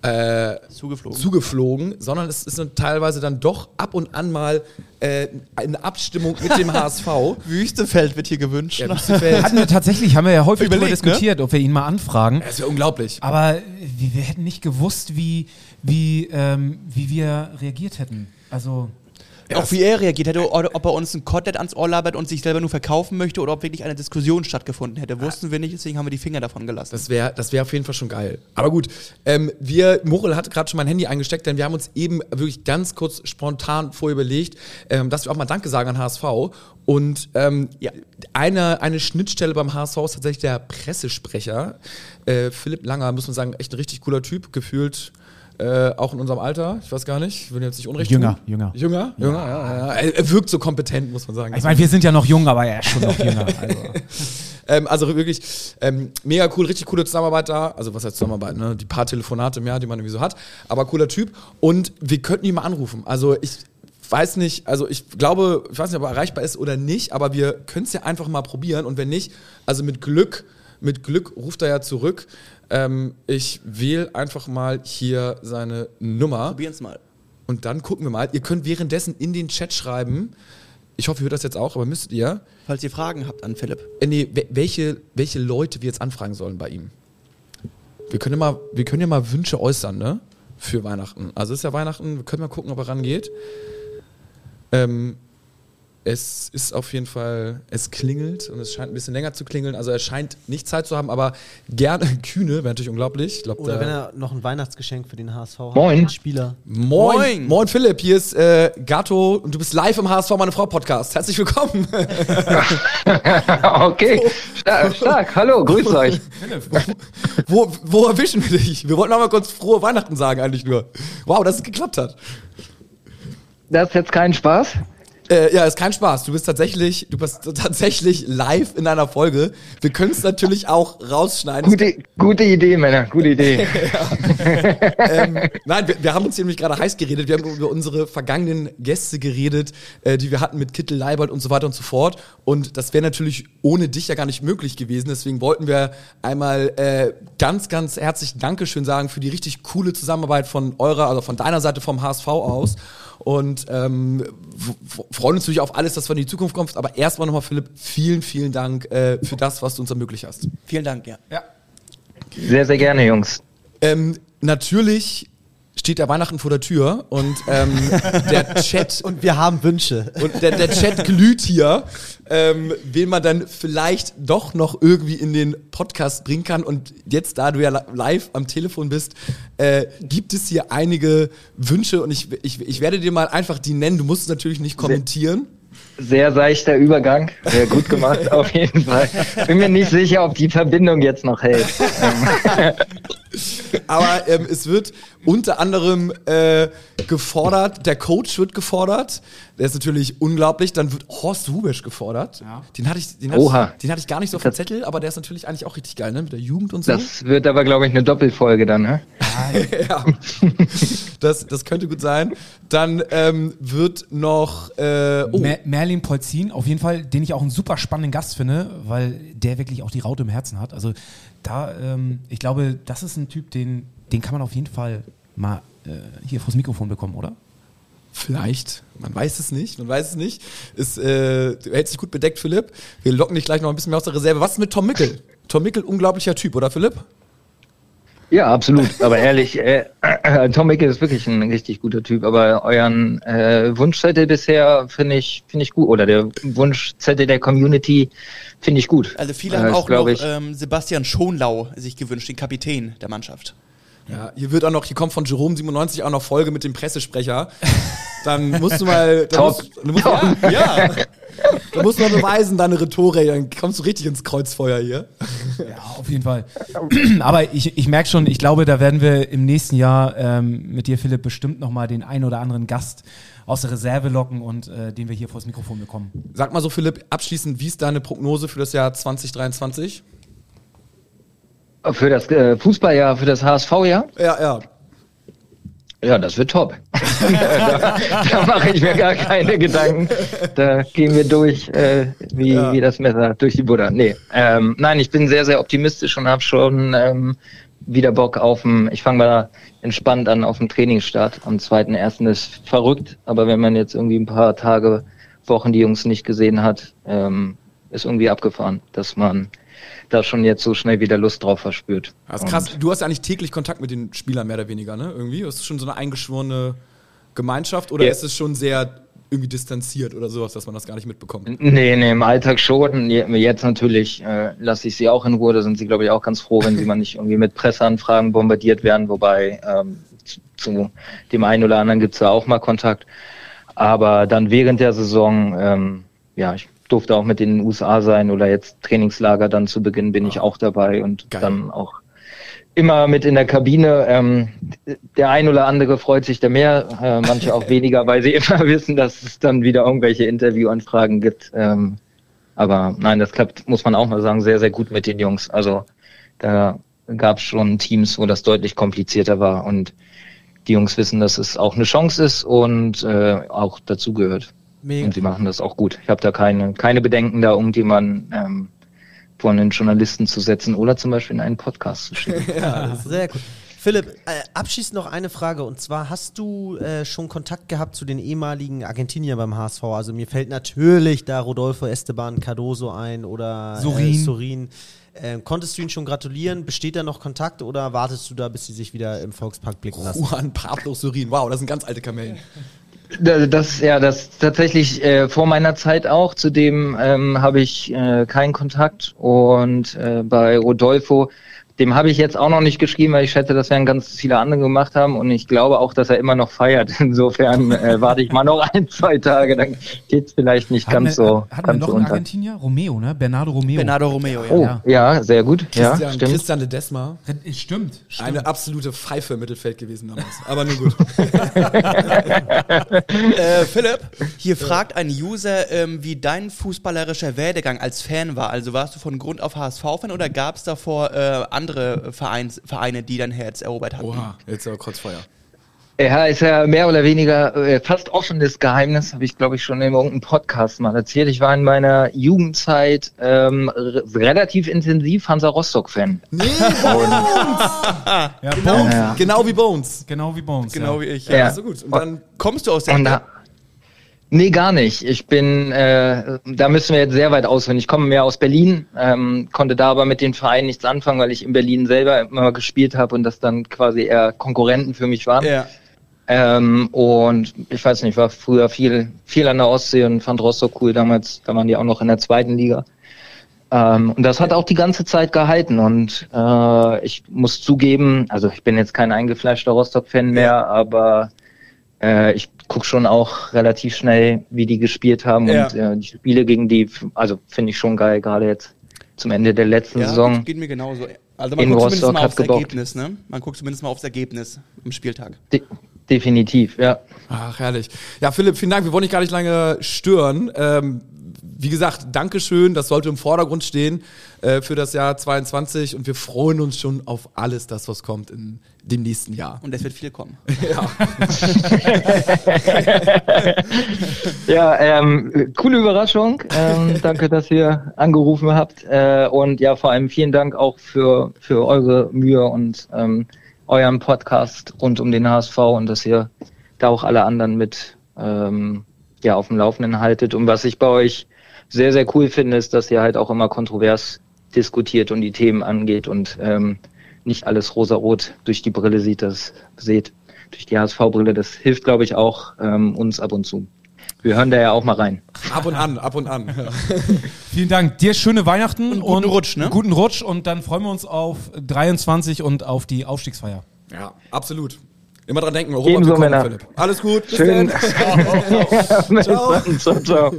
zugeflogen, sondern es ist teilweise dann doch ab und an mal eine Abstimmung mit dem HSV. Wüstefeld wird hier gewünscht. Ja, Wüstefeld. Haben wir ja häufig darüber Überlegt, diskutiert, ob wir ihn mal anfragen. Das ist ja unglaublich. Aber wir hätten nicht gewusst, wie wir reagiert hätten. Also Auch wie er reagiert hätte, oder ob er uns ein Kotelett ans Ohr labert und sich selber nur verkaufen möchte oder ob wirklich eine Diskussion stattgefunden hätte. Wussten wir nicht, deswegen haben wir die Finger davon gelassen. Das wär auf jeden Fall schon geil. Aber gut, Muchel hat gerade schon mein Handy eingesteckt, denn wir haben uns eben wirklich ganz kurz spontan vorher überlegt, dass wir auch mal Danke sagen an HSV. Und eine Schnittstelle beim HSV ist tatsächlich der Pressesprecher. Philipp Langer, muss man sagen, echt ein richtig cooler Typ, gefühlt auch in unserem Alter, ich weiß gar nicht, ich will jetzt nicht Unrecht Jünger. Jünger, ja. Er wirkt so kompetent, muss man sagen. Ich meine, wir sind ja noch jung, aber er ist schon noch jünger. Also wirklich mega cool, richtig coole Zusammenarbeit da. Also was heißt Zusammenarbeit, ne? Die paar Telefonate mehr, die man irgendwie so hat. Aber cooler Typ. Und wir könnten ihn mal anrufen. Also ich weiß nicht, ich weiß nicht, ob er erreichbar ist oder nicht, aber wir können es ja einfach mal probieren. Und wenn nicht, also mit Glück ruft er ja zurück. Ich wähle einfach mal hier seine Nummer. Probieren's mal. Und dann gucken wir mal. Ihr könnt währenddessen in den Chat schreiben. Ich hoffe, ihr hört das jetzt auch, aber müsstet ihr. Falls ihr Fragen habt an Philipp. Welche Leute wir jetzt anfragen sollen bei ihm. Wir können ja mal Wünsche äußern, ne? Für Weihnachten. Also ist ja Weihnachten, wir können mal gucken, ob er rangeht. Es ist auf jeden Fall, es klingelt und es scheint ein bisschen länger zu klingeln. Also er scheint nicht Zeit zu haben, aber gerne Kühne, wäre natürlich unglaublich. Ich glaub, oder wenn er noch ein Weihnachtsgeschenk für den HSV hat. Moin. Spieler. Moin Philipp, hier ist Gatto und du bist live im HSV Meine Frau Podcast. Herzlich willkommen. Okay, stark. Hallo, grüß euch. Wo erwischen wir dich? Wir wollten noch mal kurz frohe Weihnachten sagen eigentlich nur. Wow, dass es geklappt hat. Das ist jetzt kein Spaß? Ja, ist kein Spaß. Du bist tatsächlich live in einer Folge. Wir können es natürlich auch rausschneiden. Gute Idee, Männer, gute Idee. Nein, wir haben uns hier nämlich gerade heiß geredet. Wir haben über unsere vergangenen Gäste geredet, die wir hatten mit Kittel, Leibold und so weiter und so fort. Und das wäre natürlich ohne dich ja gar nicht möglich gewesen. Deswegen wollten wir einmal ganz, ganz herzlich Dankeschön sagen für die richtig coole Zusammenarbeit von deiner Seite vom HSV aus. Und freuen uns natürlich auf alles, das von in die Zukunft kommt. Aber erstmal nochmal, Philipp, vielen, vielen Dank für das, was du uns ermöglicht hast. Vielen Dank, ja. Sehr, sehr gerne, Jungs. Natürlich steht der Weihnachten vor der Tür und der Chat... Und wir haben Wünsche. Und der Chat glüht hier, wen man dann vielleicht doch noch irgendwie in den Podcast bringen kann. Und jetzt, da du ja live am Telefon bist, gibt es hier einige Wünsche und ich werde dir mal einfach die nennen. Du musst es natürlich nicht kommentieren. Sehr seichter Übergang. Sehr gut gemacht, auf jeden Fall. Bin mir nicht sicher, ob die Verbindung jetzt noch hält. Aber es wird unter anderem gefordert, der Coach wird gefordert, der ist natürlich unglaublich, dann wird Horst Rubesch gefordert. Ja. Den hatte ich gar nicht so auf dem Zettel, aber der ist natürlich eigentlich auch richtig geil, ne? Mit der Jugend und so. Das wird aber, glaube ich, eine Doppelfolge dann, ne? Ja, das könnte gut sein. Dann wird noch Merlin Polzin, auf jeden Fall, den ich auch einen super spannenden Gast finde, weil der wirklich auch die Raute im Herzen hat. Also da, ich glaube, das ist ein Typ, den kann man auf jeden Fall mal hier vors Mikrofon bekommen, oder? Vielleicht. Man weiß es nicht. Du hältst dich gut bedeckt, Philipp. Wir locken dich gleich noch ein bisschen mehr aus der Reserve. Was ist mit Tom Mickel? Tom Mickel, unglaublicher Typ, oder Philipp? Ja, absolut. Aber ehrlich, Tom Mickel ist wirklich ein richtig guter Typ. Aber euren Wunschzettel bisher finde ich gut. Oder der Wunschzettel der Community finde ich gut. Also viele haben auch noch Sebastian Schonlau sich gewünscht, den Kapitän der Mannschaft. Ja, hier kommt von Jerome97 auch noch Folge mit dem Pressesprecher. Dann musst du mal... Da musst du mal beweisen, deine Rhetorik, dann kommst du richtig ins Kreuzfeuer hier. Ja, auf jeden Fall. Aber ich merke schon, ich glaube, da werden wir im nächsten Jahr mit dir, Philipp, bestimmt nochmal den einen oder anderen Gast aus der Reserve locken und den wir hier vors Mikrofon bekommen. Sag mal so, Philipp, abschließend, wie ist deine Prognose für das Jahr 2023? Für das Fußballjahr, für das HSV-Jahr? Ja. Ja, das wird top. Da mache ich mir gar keine Gedanken. Da gehen wir durch wie das Messer durch die Butter. Nee, nein, ich bin sehr, sehr optimistisch und habe schon wieder Bock ich fange mal entspannt an auf den Trainingsstart. Am 2.1. ist verrückt, aber wenn man jetzt irgendwie ein paar Tage, Wochen die Jungs nicht gesehen hat, ist irgendwie abgefahren, dass man da schon jetzt so schnell wieder Lust drauf verspürt. Das ist krass. Du hast ja eigentlich täglich Kontakt mit den Spielern, mehr oder weniger, ne? Irgendwie? Ist es schon so eine eingeschworene Gemeinschaft oder ist es schon sehr irgendwie distanziert oder sowas, dass man das gar nicht mitbekommt? Nee, im Alltag schon. Jetzt natürlich lasse ich sie auch in Ruhe. Da sind sie, glaube ich, auch ganz froh, wenn sie mal nicht irgendwie mit Presseanfragen bombardiert werden. Wobei zu dem einen oder anderen gibt es ja auch mal Kontakt. Aber dann während der Saison, ich durfte auch mit in den USA sein oder jetzt Trainingslager dann zu Beginn bin ich auch dabei und geil. Dann auch immer mit in der Kabine. Der ein oder andere freut sich da mehr, manche auch weniger, weil sie immer wissen, dass es dann wieder irgendwelche Interviewanfragen gibt. Aber nein, das klappt, muss man auch mal sagen, sehr, sehr gut mit den Jungs. Also da gab es schon Teams, wo das deutlich komplizierter war und die Jungs wissen, dass es auch eine Chance ist und auch dazugehört. Mega. Und sie machen das auch gut. Ich habe da keine Bedenken, da irgendjemanden vor einen Journalisten zu setzen oder zum Beispiel in einen Podcast zu schicken. Ja, sehr gut. Philipp, abschließend noch eine Frage und zwar, hast du schon Kontakt gehabt zu den ehemaligen Argentiniern beim HSV? Also mir fällt natürlich da Rodolfo Esteban Cardoso ein oder Sorin. Konntest du ihn schon gratulieren? Besteht da noch Kontakt oder wartest du da, bis sie sich wieder im Volkspark blicken lassen? Juan Pablo Sorin, wow, das sind ganz alte Kamellen. Das tatsächlich vor meiner Zeit auch. Zudem habe ich keinen Kontakt und bei Rodolfo, dem habe ich jetzt auch noch nicht geschrieben, weil ich schätze, das werden ganz viele andere gemacht haben und ich glaube auch, dass er immer noch feiert. Insofern warte ich mal noch 1-2 Tage, dann geht's vielleicht nicht ganz so. Hatten wir noch einen Argentinier? Romeo, ne? Bernardo Romeo, ja. Oh, ja, sehr gut. Stimmt. Christian Ledesma. Stimmt. Eine absolute Pfeife im Mittelfeld gewesen damals. Aber nur gut. Philipp, hier fragt ein User, wie dein fußballerischer Werdegang als Fan war. Also warst du von Grund auf HSV-Fan oder gab es davor andere Vereine, die dein Herz erobert hatten? Oha, jetzt aber Kreuzfeuer. Ja, ist ja mehr oder weniger fast offenes Geheimnis, habe ich, glaube ich, schon in irgendeinem Podcast mal erzählt. Ich war in meiner Jugendzeit relativ intensiv Hansa Rostock-Fan. Nee, Bones! Genau wie Bones. Genau Wie ich. Ja. So gut. Und dann Kommst du aus der Nee, gar nicht. Ich bin, da müssen wir jetzt sehr weit ausholen. Ich komme mehr aus Berlin, konnte da aber mit den Vereinen nichts anfangen, weil ich in Berlin selber immer gespielt habe und das dann quasi eher Konkurrenten für mich waren. Ja. Und ich weiß nicht, war früher viel an der Ostsee und fand Rostock cool damals. Da waren die auch noch in der 2. Liga. Und das hat auch die ganze Zeit gehalten. Und ich muss zugeben, also ich bin jetzt kein eingefleischter Rostock-Fan mehr, aber ich gucke schon auch relativ schnell, wie die gespielt haben. Ja. Und die Spiele gegen die, also finde ich schon geil, gerade jetzt zum Ende der letzten Saison. Das geht mir genauso. Also In man guckt Rostock zumindest mal hat aufs gebockt. Ergebnis, ne? Man guckt zumindest mal aufs Ergebnis im Spieltag. Definitiv, ja. Ach, herrlich. Ja, Philipp, vielen Dank. Wir wollen dich gar nicht lange stören. Wie gesagt, Dankeschön. Das sollte im Vordergrund stehen für das Jahr 22 und wir freuen uns schon auf alles, das was kommt in dem nächsten Jahr. Und es wird viel kommen. Ja, coole Überraschung. Danke, dass ihr angerufen habt. Und ja, vor allem vielen Dank auch für eure Mühe und euren Podcast rund um den HSV und dass ihr da auch alle anderen mit auf dem Laufenden haltet. Und was ich bei euch sehr, sehr cool finde, ist, dass ihr halt auch immer kontrovers diskutiert und die Themen angeht und nicht alles rosarot durch die Brille seht, durch die HSV-Brille. Das hilft, glaube ich, auch uns ab und zu. Wir hören da ja auch mal rein. Ab und an. Ja. Vielen Dank. Dir schöne Weihnachten und guten Rutsch, ne? Guten Rutsch und dann freuen wir uns auf 23 und auf die Aufstiegsfeier. Ja, absolut. Immer dran denken, Europa Ebenso, willkommen, Männer. Philipp. Alles gut, bis Schön. dann. Ciao.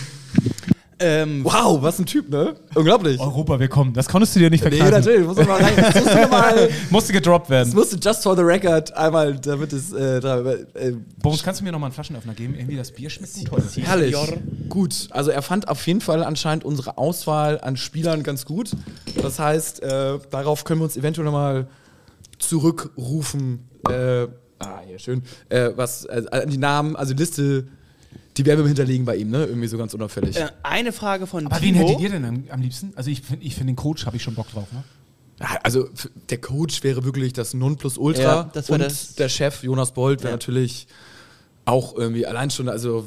Wow, was ein Typ, ne? Unglaublich. Europa, wir kommen. Das konntest du dir nicht Nee, verkneifen. natürlich, muss man mal rein. Das Musste gedroppt werden. musste just for the record einmal, damit es Bones, kannst du mir noch mal einen Flaschenöffner geben? Irgendwie das Bier schmeckt gut heute. herrlich. Gut, also er fand auf jeden Fall anscheinend unsere Auswahl an Spielern ganz gut. Das heißt, darauf können wir uns eventuell nochmal zurückrufen. Hier, schön. Die Namen, also Liste, die werden wir hinterlegen bei ihm, ne? Irgendwie so ganz unauffällig. Eine Frage von Aber wen Timo. hättet ihr denn am liebsten? Also ich find den Coach, habe ich schon Bock drauf, ne? Ja, also der Coach wäre wirklich das Nonplusultra. Ja, das wär und das- der Chef, Jonas Bold, wäre natürlich auch irgendwie allein schon, also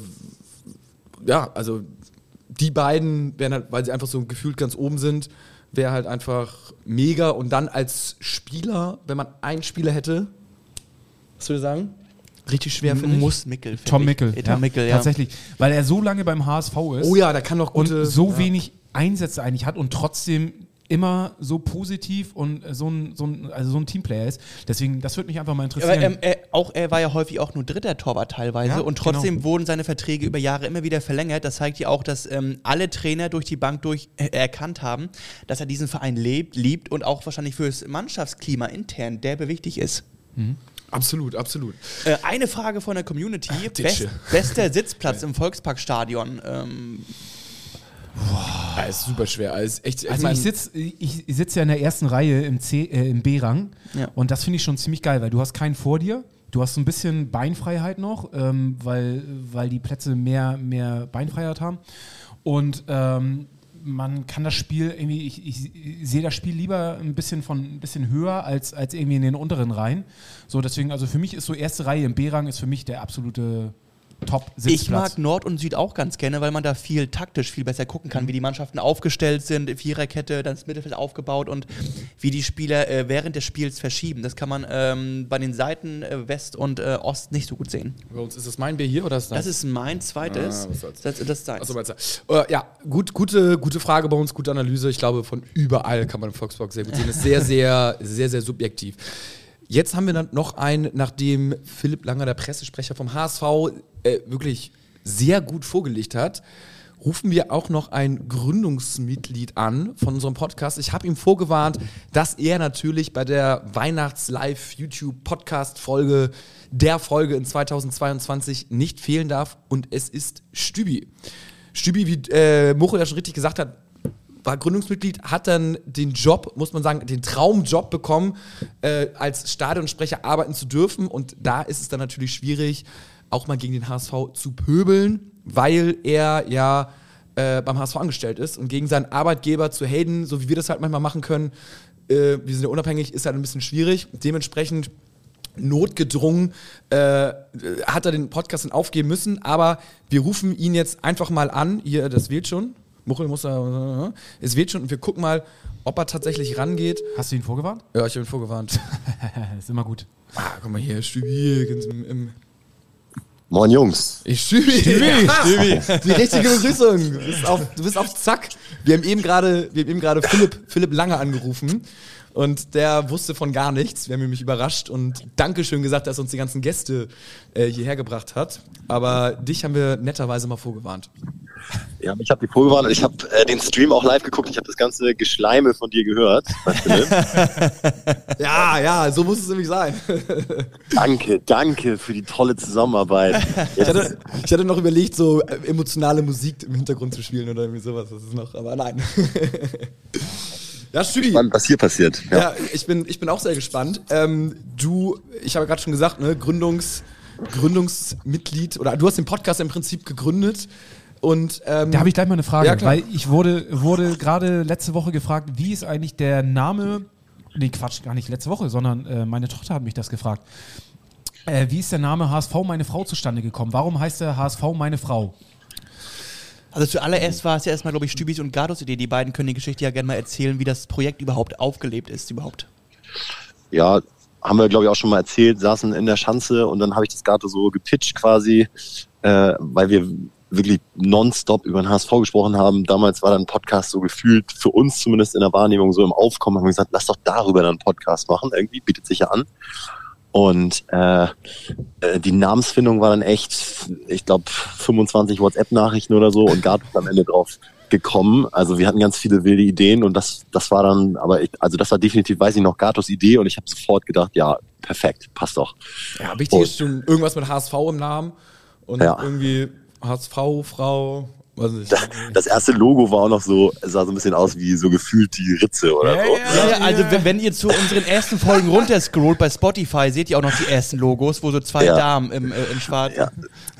die beiden wären halt, weil sie einfach so gefühlt ganz oben sind, wäre halt einfach mega. Und dann als Spieler, wenn man einen Spieler hätte, was würdest du sagen? richtig schwer, finde ich. Muss Mickel. Tom Mickel. Tom Mickel, ja. Tatsächlich. Weil er so lange beim HSV ist. Oh ja, der kann doch und gute... so wenig Einsätze eigentlich hat und trotzdem immer so positiv und so ein Teamplayer ist. Deswegen, das würde mich einfach mal interessieren. Aber er war ja häufig auch nur dritter Torwart teilweise, Ja, und trotzdem wurden seine Verträge über Jahre immer wieder verlängert. Das zeigt ja auch, dass alle Trainer durch die Bank durch erkannt haben, dass er diesen Verein liebt und auch wahrscheinlich fürs Mannschaftsklima intern derbe wichtig ist. Absolut, absolut. Eine Frage von der Community. Ditsche. Bester Sitzplatz im Volksparkstadion. Ja, ist super schwer. Ist echt, Also ich sitze ja in der ersten Reihe im B-Rang, Ja. und das finde ich schon ziemlich geil, weil du hast keinen vor dir, du hast so ein bisschen Beinfreiheit noch, weil die Plätze mehr Beinfreiheit haben, und man kann das Spiel irgendwie, ich sehe das Spiel lieber ein bisschen höher als irgendwie in den unteren Reihen. So, deswegen, also für mich ist so erste Reihe im B-Rang ist für mich der absolute Top-Sitzplatz. Ich mag Nord und Süd auch ganz gerne, weil man da taktisch viel besser gucken kann, wie die Mannschaften aufgestellt sind, Viererkette, dann das Mittelfeld aufgebaut und wie die Spieler während des Spiels verschieben. Das kann man bei den Seiten West und Ost nicht so gut sehen. Bei uns ist das mein Bier hier oder ist Das ist mein zweites. Das ist deins. Achso, ja, gute Frage bei uns, gute Analyse. Ich glaube, von überall kann man im Volkspark sehr gut sehen. Das ist sehr, sehr, sehr, sehr subjektiv. Jetzt haben wir dann noch einen, nachdem Philipp Langer, der Pressesprecher vom HSV, wirklich sehr gut vorgelegt hat, rufen wir auch noch ein Gründungsmitglied an von unserem Podcast. Ich habe ihm vorgewarnt, dass er natürlich bei der Weihnachts-Live-YouTube-Podcast-Folge, der Folge in 2022, nicht fehlen darf. Und es ist Stübi. Stübi, wie Mucho ja schon richtig gesagt hat, war Gründungsmitglied, hat dann den Job, muss man sagen, den Traumjob bekommen, als Stadionsprecher arbeiten zu dürfen. Und da ist es dann natürlich schwierig, auch mal gegen den HSV zu pöbeln, weil er ja beim HSV angestellt ist und gegen seinen Arbeitgeber zu haten, so wie wir das halt manchmal machen können, wir sind ja unabhängig, ist halt ein bisschen schwierig. Dementsprechend notgedrungen hat er den Podcast dann aufgeben müssen, aber wir rufen ihn jetzt einfach mal an. Hier, das wählt schon. Muchel muss da. Es wählt schon und wir gucken mal, ob er tatsächlich rangeht. Hast du ihn vorgewarnt? Ja, ich habe ihn vorgewarnt. Ist immer gut. Guck mal hier, Stübi. Moin Jungs. Stübi. Die richtige Begrüßung. Du bist auf Zack. Wir haben eben gerade Philipp Langer angerufen. Und der wusste von gar nichts. Wir haben ihn nämlich überrascht und Dankeschön gesagt, dass er uns die ganzen Gäste hierher gebracht hat. Aber dich haben wir netterweise mal vorgewarnt. Ja, ich habe dich vorgewarnt. Ich habe den Stream auch live geguckt. Ich habe das ganze Geschleime von dir gehört. Ja, so muss es nämlich sein. Danke für die tolle Zusammenarbeit. Ich hatte noch überlegt, so emotionale Musik im Hintergrund zu spielen oder irgendwie sowas. Das ist noch, aber nein. Ja, Stübi. Spannend, was hier passiert. Ja, ich bin auch sehr gespannt. Ich habe gerade schon gesagt, ne, Gründungsmitglied, oder du hast den Podcast im Prinzip gegründet. Und, da habe ich gleich mal eine Frage, ja, weil ich wurde gerade letzte Woche gefragt, wie ist eigentlich der Name, nee Quatsch, gar nicht letzte Woche, sondern meine Tochter hat mich das gefragt. Wie ist der Name HSV meine Frau zustande gekommen? Warum heißt der HSV meine Frau? Also zuallererst war es ja erstmal, glaube ich, Stübis und Gatos Idee. Die beiden können die Geschichte ja gerne mal erzählen, wie das Projekt überhaupt aufgelebt ist überhaupt. Ja, haben wir, glaube ich, auch schon mal erzählt, saßen in der Schanze und dann habe ich das Gato so gepitcht quasi, weil wir wirklich nonstop über den HSV gesprochen haben. Damals war dann ein Podcast so gefühlt, für uns zumindest in der Wahrnehmung, so im Aufkommen, haben wir gesagt, lass doch darüber dann einen Podcast machen, irgendwie bietet sich ja an. Und die Namensfindung war dann echt, ich glaube, 25 WhatsApp-Nachrichten oder so und Gato ist am Ende drauf gekommen. Also wir hatten ganz viele wilde Ideen und das war dann, das war definitiv, weiß ich noch, Gatos Idee und ich habe sofort gedacht, ja, perfekt, passt doch. Ja, wichtig ist schon irgendwas mit HSV im Namen und irgendwie HSV, Frau, weiß nicht. Das erste Logo war auch noch so, es sah so ein bisschen aus wie so gefühlt die Ritze oder so. Ja, also wenn ihr zu unseren ersten Folgen runterscrollt bei Spotify, seht ihr auch noch die ersten Logos, wo so zwei Damen im Schwarz. Ja.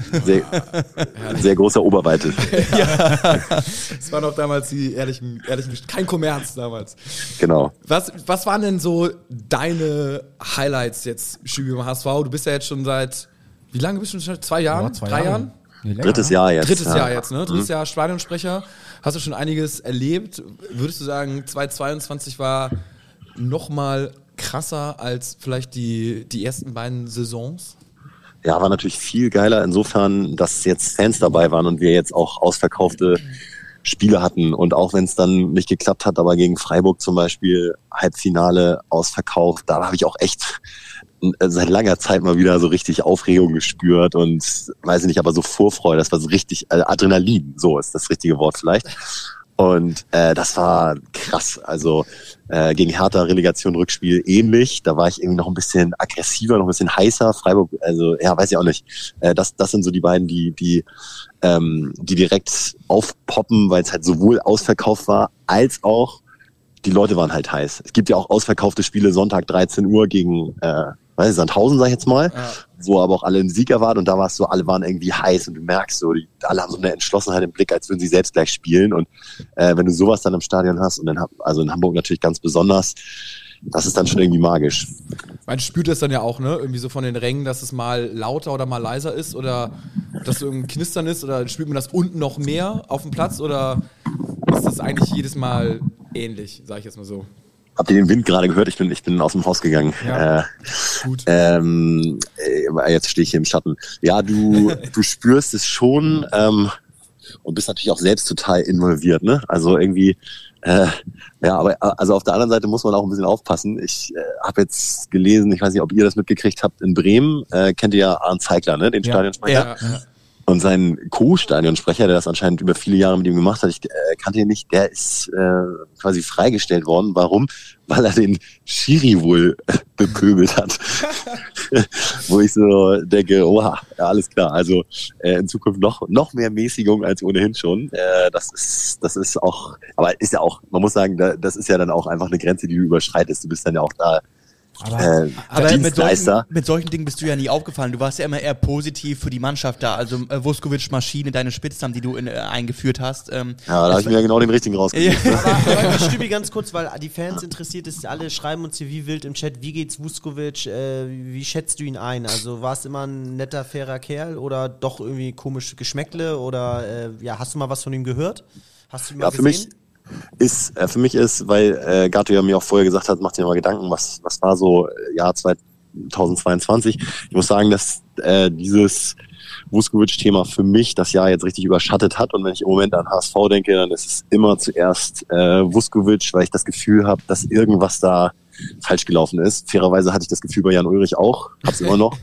Sehr großer Oberweite. Ja. Das waren auch damals die ehrlichen, kein Kommerz damals. Genau. Was waren denn so deine Highlights jetzt, Stübi, beim HSV? Du bist ja jetzt schon seit, wie lange bist du schon? 2 Jahren? 3 Jahren? Nee, länger, Drittes Jahr jetzt. Drittes Jahr Stadionsprecher. Hast du schon einiges erlebt? Würdest du sagen, 2022 war noch mal krasser als vielleicht die ersten beiden Saisons? war natürlich viel geiler insofern, dass jetzt Fans dabei waren und wir jetzt auch ausverkaufte Spiele hatten. Und auch wenn es dann nicht geklappt hat, aber gegen Freiburg zum Beispiel Halbfinale ausverkauft, da habe ich auch echt seit langer Zeit mal wieder so richtig Aufregung gespürt und weiß ich nicht, aber so Vorfreude, das war so richtig Adrenalin, so ist das richtige Wort vielleicht. Und das war krass. Also gegen Hertha Relegation Rückspiel ähnlich. Da war ich irgendwie noch ein bisschen aggressiver, noch ein bisschen heißer. Freiburg, also ja, weiß ich auch nicht. Das sind so die beiden, die direkt aufpoppen, weil es halt sowohl ausverkauft war, als auch die Leute waren halt heiß. Es gibt ja auch ausverkaufte Spiele Sonntag 13 Uhr gegen Sandhausen, sag ich jetzt mal, wo aber auch alle einen Sieg erwarten und da war es so, alle waren irgendwie heiß und du merkst so, alle haben so eine Entschlossenheit im Blick, als würden sie selbst gleich spielen und wenn du sowas dann im Stadion hast und dann also in Hamburg natürlich ganz besonders, das ist dann schon irgendwie magisch. Man spürt das dann ja auch, ne? Irgendwie so von den Rängen, dass es mal lauter oder mal leiser ist oder dass so ein Knistern ist oder spürt man das unten noch mehr auf dem Platz oder ist das eigentlich jedes Mal ähnlich, sag ich jetzt mal so? Habt ihr den Wind gerade gehört? Ich bin aus dem Haus gegangen. Ja, gut. Jetzt stehe ich hier im Schatten. Ja, du spürst es schon und bist natürlich auch selbst total involviert, ne? Also irgendwie, aber also auf der anderen Seite muss man auch ein bisschen aufpassen. Ich habe jetzt gelesen, ich weiß nicht, ob ihr das mitgekriegt habt, in Bremen kennt ihr ja Arndt Zeigler, ne? Den Stadionsprecher. Ja. Und sein Co-Stadionsprecher, der das anscheinend über viele Jahre mit ihm gemacht hat, ich kannte ihn nicht, der ist quasi freigestellt worden. Warum? Weil er den Schiri wohl bepöbelt hat. Wo ich so denke, oha, ja, alles klar. Also in Zukunft noch mehr Mäßigung als ohnehin schon. Das ist auch, aber ist ja auch, man muss sagen, das ist ja dann auch einfach eine Grenze, die du überschreitest. Du bist dann ja auch da. Aber mit solchen Dingen bist du ja nie aufgefallen. Du warst ja immer eher positiv für die Mannschaft da. Also Vuskovic, Maschine, deine Spitznamen, die du eingeführt hast. Da habe ich mir ja genau den richtigen rausgesucht. Aber Stübi, ganz kurz, weil die Fans interessiert ist, alle schreiben uns hier wie wild im Chat, wie geht's Vuskovic, wie schätzt du ihn ein? Also war es immer ein netter, fairer Kerl oder doch irgendwie komische Geschmäckle oder hast du mal was von ihm gehört? Hast du ihn mal gesehen? Für mich ist, weil Gato ja mir auch vorher gesagt hat, macht dir mal Gedanken, was war so Jahr 2022. Ich muss sagen, dass dieses Vuskovic-Thema für mich das Jahr jetzt richtig überschattet hat und wenn ich im Moment an HSV denke, dann ist es immer zuerst Vuskovic, weil ich das Gefühl habe, dass irgendwas da falsch gelaufen ist. Fairerweise hatte ich das Gefühl bei Jan Ulrich auch, hab's immer noch.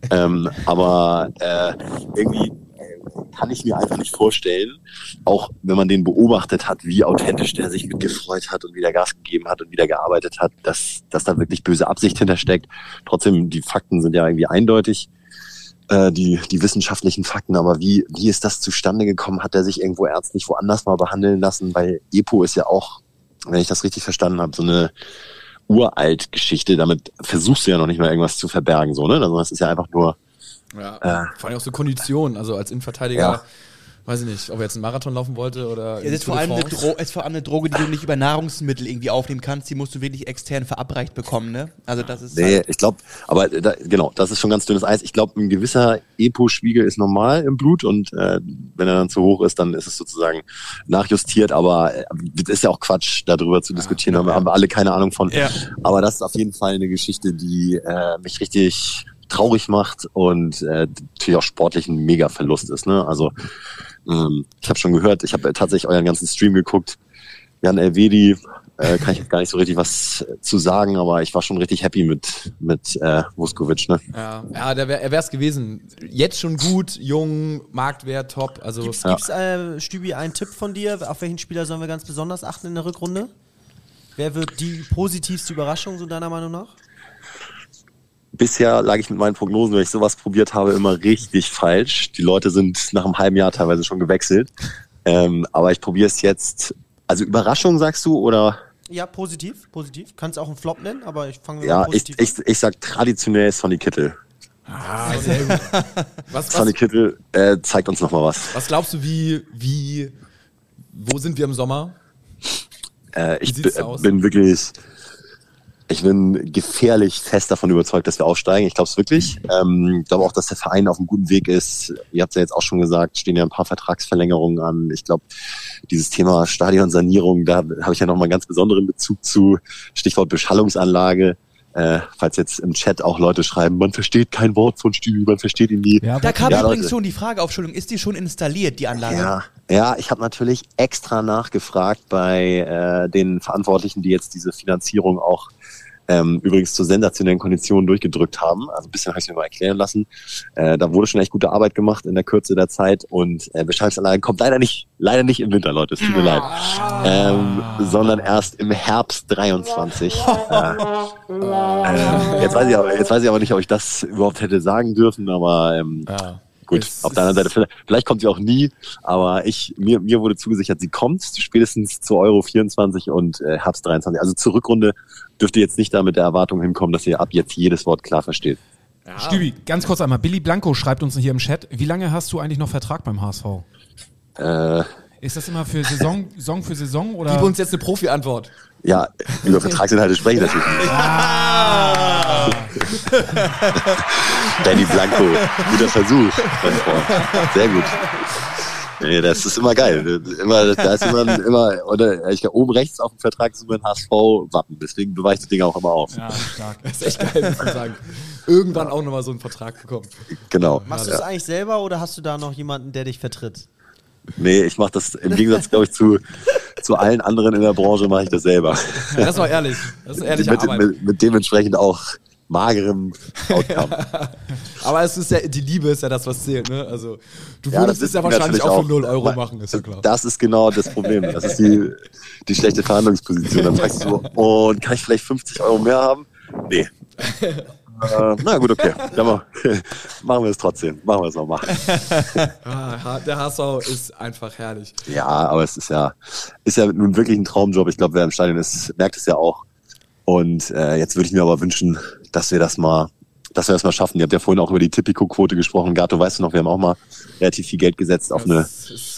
Aber irgendwie kann ich mir einfach nicht vorstellen, auch wenn man den beobachtet hat, wie authentisch der sich mitgefreut hat und wie der Gas gegeben hat und wie der gearbeitet hat, dass da wirklich böse Absicht hintersteckt. Trotzdem, die Fakten sind ja irgendwie eindeutig, die wissenschaftlichen Fakten, aber wie ist das zustande gekommen? Hat er sich irgendwo ärztlich woanders mal behandeln lassen? Weil EPO ist ja auch, wenn ich das richtig verstanden habe, so eine Uralt-Geschichte. Damit versuchst du ja noch nicht mal irgendwas zu verbergen, so, ne? Also das ist ja einfach nur vor allem auch so Konditionen, also als Innenverteidiger, weiß ich nicht, ob er jetzt einen Marathon laufen wollte oder. Ja, das ist vor allem eine Droge, die du nicht über Nahrungsmittel irgendwie aufnehmen kannst, die musst du wirklich extern verabreicht bekommen, ne? Also das ist. Nee, ich glaube, aber das ist schon ganz dünnes Eis. Ich glaube, ein gewisser EPO-Spiegel ist normal im Blut und wenn er dann zu hoch ist, dann ist es sozusagen nachjustiert, aber das ist ja auch Quatsch, darüber zu diskutieren, haben wir alle keine Ahnung von. Ja. Aber das ist auf jeden Fall eine Geschichte, die mich richtig traurig macht und natürlich auch sportlich ein Mega-Verlust ist. Ne? Also ich habe schon gehört, ich habe tatsächlich euren ganzen Stream geguckt. Jan Elvedi, kann ich jetzt gar nicht so richtig was zu sagen, aber ich war schon richtig happy mit Vuskovic. Ne? Ja, er wäre es gewesen. Jetzt schon gut, jung, Marktwert, top. Also Gibt's Stübi, einen Tipp von dir? Auf welchen Spieler sollen wir ganz besonders achten in der Rückrunde? Wer wird die positivste Überraschung, so deiner Meinung nach? Bisher lag ich mit meinen Prognosen, wenn ich sowas probiert habe, immer richtig falsch. Die Leute sind nach einem halben Jahr teilweise schon gewechselt. Aber ich probiere es jetzt. Also Überraschung sagst du, oder? Ja, positiv. Kannst auch einen Flop nennen, aber ich fange mal positiv an. Ich sag traditionell Sonny Kittel. Sehr gut. Sonny Kittel zeigt uns nochmal was. Was glaubst du, wo sind wir im Sommer? Ich bin gefährlich fest davon überzeugt, dass wir aufsteigen. Ich glaube es wirklich. Ich glaube auch, dass der Verein auf einem guten Weg ist. Ihr habt es ja jetzt auch schon gesagt, stehen ja ein paar Vertragsverlängerungen an. Ich glaube, dieses Thema Stadionsanierung, da habe ich ja nochmal einen ganz besonderen Bezug zu. Stichwort Beschallungsanlage. Falls jetzt im Chat auch Leute schreiben, man versteht kein Wort von Stübi, man versteht ihn nie. Ja, Da kam übrigens Leute. schon die Frage auf, Entschuldigung, ist die schon installiert, die Anlage? Ja, ich habe natürlich extra nachgefragt bei den Verantwortlichen, die jetzt diese Finanzierung auch übrigens zu sensationellen Konditionen durchgedrückt haben. Also ein bisschen habe ich mir mal erklären lassen. Da wurde schon echt gute Arbeit gemacht in der Kürze der Zeit und Beschallungsanlage kommt leider nicht im Winter, Leute, es tut mir leid. Sondern erst im Herbst 23. Jetzt weiß ich aber nicht, ob ich das überhaupt hätte sagen dürfen, aber gut, auf der anderen Seite, vielleicht kommt sie auch nie, aber mir wurde zugesichert, sie kommt spätestens zu Euro 24 und Herbst 23. Also zur Rückrunde dürft ihr jetzt nicht da mit der Erwartung hinkommen, dass ihr ab jetzt jedes Wort klar versteht. Ja. Stübi, ganz kurz einmal. Billy Blanco schreibt uns hier im Chat, wie lange hast du eigentlich noch Vertrag beim HSV? Ist das immer für Saison für Saison? Oder? Gib uns jetzt eine Profi-Antwort. Ja, über Vertragsinhalte spreche ich natürlich nicht. Danny Blanco, guter Versuch, mein Freund. Sehr gut. Nee, das ist immer geil. Da ist immer oder ich glaube, oben rechts auf dem Vertrag ist immer ein HSV-Wappen. Deswegen beweiche ich das Ding auch immer auf. Ja, stark. Das ist echt geil, muss man sagen. Irgendwann auch nochmal so einen Vertrag bekommen. Genau. Machst du das eigentlich selber oder hast du da noch jemanden, der dich vertritt? Nee, ich mache das im Gegensatz, glaube ich, zu allen anderen in der Branche mache ich das selber. Ja, das war ehrlich. Das ist eine ehrliche Arbeit. Mit dementsprechend auch magerem Outcome. Aber es ist ja, die Liebe ist ja das, was zählt, ne? Also, du Ja, würdest das es ja ist wahrscheinlich natürlich auch für auch 0 Euro machen, ist ja klar. Das ist genau das Problem. Das ist die schlechte Verhandlungsposition. Dann fragst du so, und kann ich vielleicht 50 Euro mehr haben? Nee. Na gut, okay. Dann machen wir es trotzdem. Machen wir es nochmal. Der HSV ist einfach herrlich. Ja, aber es ist ja nun wirklich ein Traumjob. Ich glaube, wer im Stadion ist, merkt es ja auch. Und jetzt würde ich mir aber wünschen, dass wir das mal schaffen. Ihr habt ja vorhin auch über die Tipico-Quote gesprochen. Gato, weißt du noch, wir haben auch mal relativ viel Geld gesetzt auf eine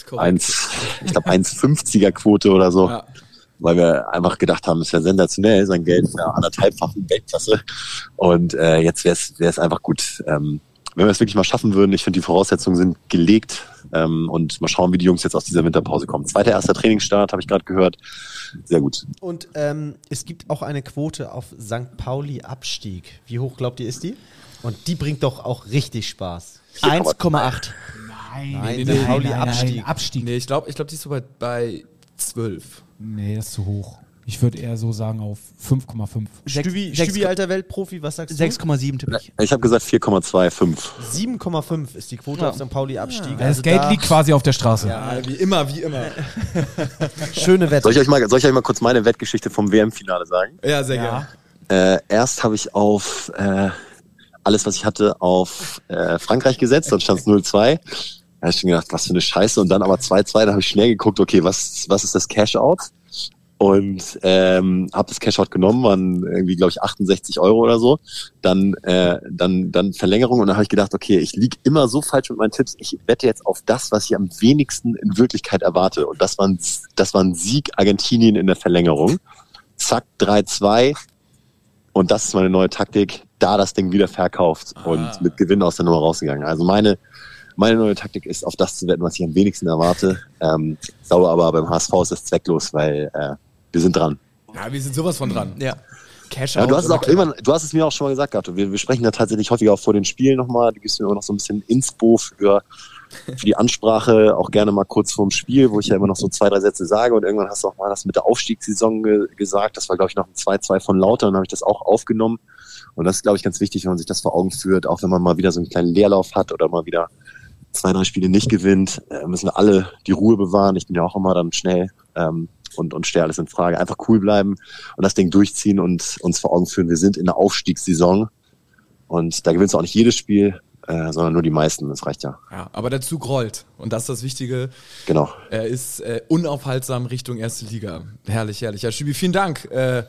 1,50er-Quote oder so. Ja. Weil wir einfach gedacht haben, es wäre sensationell, sein Geld in der anderthalbfachen Weltklasse. Und jetzt wäre es einfach gut, wenn wir es wirklich mal schaffen würden. Ich finde, die Voraussetzungen sind gelegt. Und mal schauen, wie die Jungs jetzt aus dieser Winterpause kommen. 2. erster Trainingsstart, habe ich gerade gehört. Sehr gut. Und es gibt auch eine Quote auf St. Pauli Abstieg. Wie hoch glaubt ihr, ist die? Und die bringt doch auch richtig Spaß. 1,8. Nein, St. Pauli Abstieg. Abstieg. Nee, ich glaube, die ist so bei 12. Nee, das ist zu hoch. Ich würde eher so sagen auf 5,5. Stübi, alter Weltprofi, was sagst du? 6,7 tippe ich. Ich habe gesagt 4,25. 7,5 ist die Quote auf St. Pauli Abstieg. Das Geld liegt quasi auf der Straße. Ja, wie immer. Schöne Wette. Soll ich euch mal kurz meine Wettgeschichte vom WM-Finale sagen? Ja, sehr gerne. Erst habe ich auf alles, was ich hatte, auf Frankreich gesetzt, dann stand es 0-2. Da habe ich schon gedacht, was für eine Scheiße. Und dann aber 2-2, da habe ich schnell geguckt, okay, was ist das Cash-Out? Und habe das Cash-Out genommen, waren irgendwie, glaube ich, 68 Euro oder so. Dann Verlängerung und dann habe ich gedacht, okay, ich lieg immer so falsch mit meinen Tipps. Ich wette jetzt auf das, was ich am wenigsten in Wirklichkeit erwarte. Und das war ein Sieg Argentinien in der Verlängerung. Zack, 3-2. Und das ist meine neue Taktik. Da das Ding wieder verkauft und mit Gewinn aus der Nummer rausgegangen. Also meine neue Taktik ist, auf das zu wetten, was ich am wenigsten erwarte. Sauer, aber beim HSV ist das zwecklos, weil wir sind dran. Ja, wir sind sowas von dran. Ja. Cash Ja, out. du hast es mir auch schon mal gesagt, Gato. Wir sprechen da tatsächlich häufiger auch vor den Spielen nochmal. Du gibst mir immer noch so ein bisschen Inspo für die Ansprache, auch gerne mal kurz vorm Spiel, wo ich ja immer noch so 2, 3 Sätze sage. Und irgendwann hast du auch mal das mit der Aufstiegssaison gesagt. Das war, glaube ich, noch ein 2-2 von Lautern. Dann habe ich das auch aufgenommen. Und das ist, glaube ich, ganz wichtig, wenn man sich das vor Augen führt. Auch wenn man mal wieder so einen kleinen Leerlauf hat oder mal wieder 2, 3 Spiele nicht gewinnt, müssen wir alle die Ruhe bewahren. Ich bin ja auch immer dann schnell und stelle alles in Frage. Einfach cool bleiben und das Ding durchziehen und uns vor Augen führen, wir sind in der Aufstiegssaison und da gewinnst du auch nicht jedes Spiel, sondern nur die meisten. Das reicht ja. Ja, aber der Zug rollt und das ist das Wichtige. Genau. Er ist unaufhaltsam Richtung erste Liga. Herrlich. Ja, Stübi, vielen Dank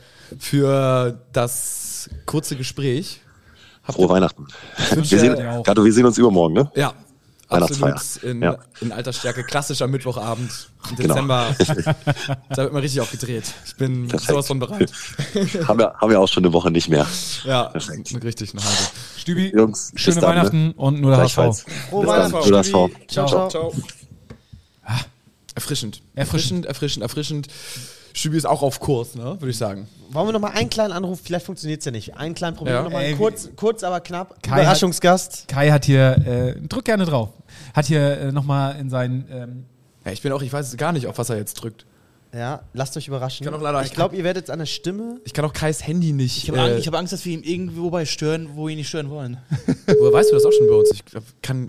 für das kurze Gespräch. Frohe Weihnachten. dir auch. Gato, wir sehen uns übermorgen, ne? Ja, Weihnachtsfeier. absolut in Altersstärke. Klassischer Mittwochabend im Genau. Dezember. Da wird mal richtig aufgedreht. Ich bin Perfekt. sowas von bereit. Haben wir auch schon eine Woche nicht mehr. Ja, Perfekt. richtig, eine halbe. Stübi, Jungs, bis schöne dann, Weihnachten und nur der HSV. Gleichfalls. Frohe Bis dann. Weihnachten, Nur das Stübi. Ciao. Ciao. Erfrischend. Stübi ist auch auf Kurs, ne? Würde ich sagen. Wollen wir noch mal einen kleinen Anruf? Vielleicht funktioniert es ja nicht. Einen kleinen Problem noch mal. Ey, Kurz, aber knapp. Kai Überraschungsgast. Kai hat hier, drück gerne drauf, hat hier nochmal in seinen... Ja, ich weiß gar nicht, auf was er jetzt drückt. Ja, lasst euch überraschen. Ich glaube, ihr werdet an der Stimme... Ich kann auch Kais Handy nicht... Ich habe Angst, dass wir ihn irgendwo bei stören, wo wir ihn nicht stören wollen. Woher weißt du das auch schon bei uns? Ich kann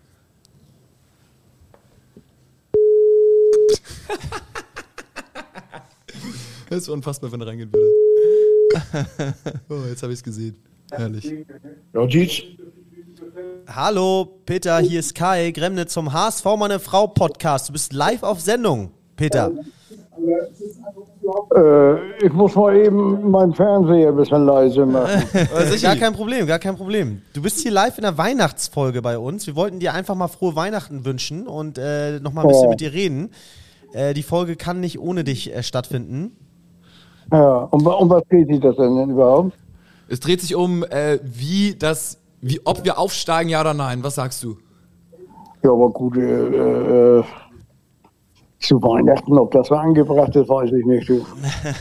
das ist unfassbar, wenn er reingehen würde. Oh, jetzt habe ich es gesehen. Herrlich. Ja, Dietz. Hallo, Peter, hier ist Kai Gremnitz vom HSV Meine Frau Podcast. Du bist live auf Sendung, Peter. Ich muss mal eben meinen Fernseher ein bisschen leise machen. Gar kein Problem. Du bist hier live in der Weihnachtsfolge bei uns. Wir wollten dir einfach mal frohe Weihnachten wünschen und noch mal ein bisschen mit dir reden. Die Folge kann nicht ohne dich stattfinden. Ja, um was geht sich das denn überhaupt? Es dreht sich um, ob wir aufsteigen, ja oder nein. Was sagst du? Ja, aber gut, zu Weihnachten, ob das so angebracht ist, weiß ich nicht. Du.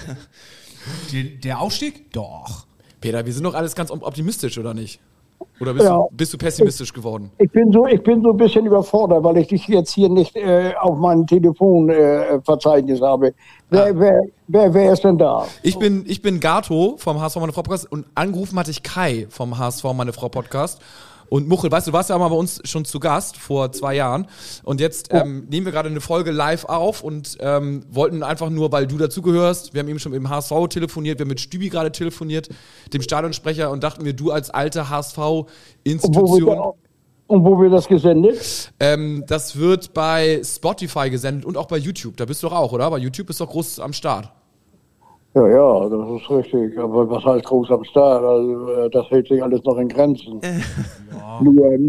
Der Aufstieg? Doch. Peter, wir sind doch alles ganz optimistisch, oder nicht? Oder bist du pessimistisch geworden? Ich bin so ein bisschen überfordert, weil ich dich jetzt hier nicht auf meinem Telefonverzeichnis habe. Wer ist denn da? Ich bin Gato vom HSV Meine Frau Podcast und angerufen hatte ich Kai vom HSV Meine Frau Podcast. Und Muchel, weißt du, warst ja mal bei uns schon zu Gast vor 2 Jahren. Und jetzt nehmen wir gerade eine Folge live auf und wollten einfach nur, weil du dazugehörst, wir haben eben schon mit dem HSV telefoniert, wir haben mit Stübi gerade telefoniert, dem Stadionsprecher, und dachten wir, du als alte HSV-Institution. Und wo wird das gesendet? Das wird bei Spotify gesendet und auch bei YouTube. Da bist du doch auch, oder? Bei YouTube bist du doch groß am Start. Ja, das ist richtig. Aber was heißt groß am Start? Also, das hält sich alles noch in Grenzen. Ja.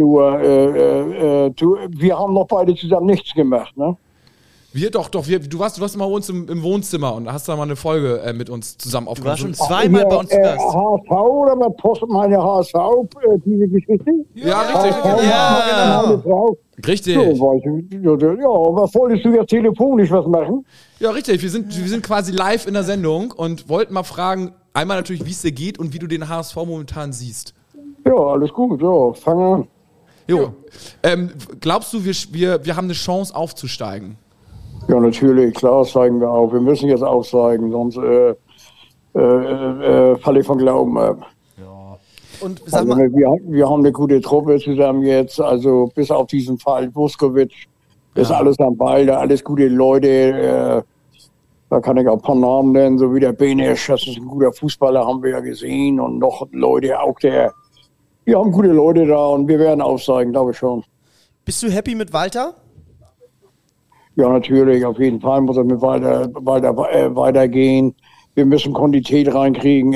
Wir haben noch beide zusammen nichts gemacht, ne? Du warst mal bei uns im Wohnzimmer und hast da mal eine Folge mit uns zusammen aufgenommen. Du warst schon zweimal bei uns zu Gast. HSV oder was postet meine HSV, diese Geschichte? Ja, richtig. Meine Frau. Richtig. So, was wolltest du jetzt telefonisch was machen? Ja, richtig. Wir sind quasi live in der Sendung und wollten mal fragen, einmal natürlich, wie es dir geht und wie du den HSV momentan siehst. Ja, alles gut. Ja, fang an. Jo. Glaubst du, wir haben eine Chance aufzusteigen? Ja, natürlich. Klar steigen wir auf. Wir müssen jetzt aufsteigen, sonst falle ich von Glauben ab. Und sag mal, wir haben eine gute Truppe zusammen jetzt, also bis auf diesen Fall Vuskovic ist alles am Ball, da alles gute Leute, da kann ich auch ein paar Namen nennen, so wie der Benesch, das ist ein guter Fußballer, haben wir ja gesehen, und noch Leute, auch wir haben gute Leute da und wir werden aufsteigen, glaube ich schon. bist du happy mit Walter? Ja, natürlich, auf jeden Fall muss er mit weitergehen. Wir müssen Quantität reinkriegen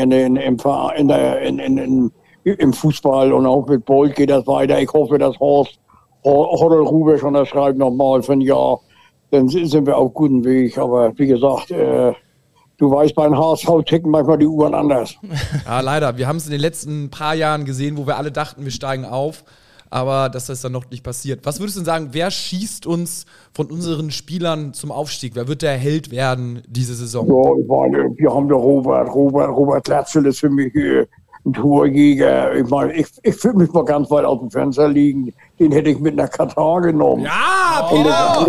im Fußball, und auch mit Bolt geht das weiter. Ich hoffe, dass Horst Hoddel-Rubisch unterschreibt nochmal für ein Jahr. Dann sind wir auf gutem Weg. Aber wie gesagt, du weißt, beim HSV ticken manchmal die Uhren anders. Ja, leider. Wir haben es in den letzten paar Jahren gesehen, wo wir alle dachten, wir steigen auf. Aber dass das dann noch nicht passiert. Was würdest du denn sagen, wer schießt uns von unseren Spielern zum Aufstieg? Wer wird der Held werden diese Saison? Ja, ich meine, wir haben den Robert Glatzel ist für mich ein Torjäger. Ich meine, ich fühle mich mal ganz weit aus dem Fenster liegen. Den hätte ich mit nach Katar genommen. Ja, Und Peter!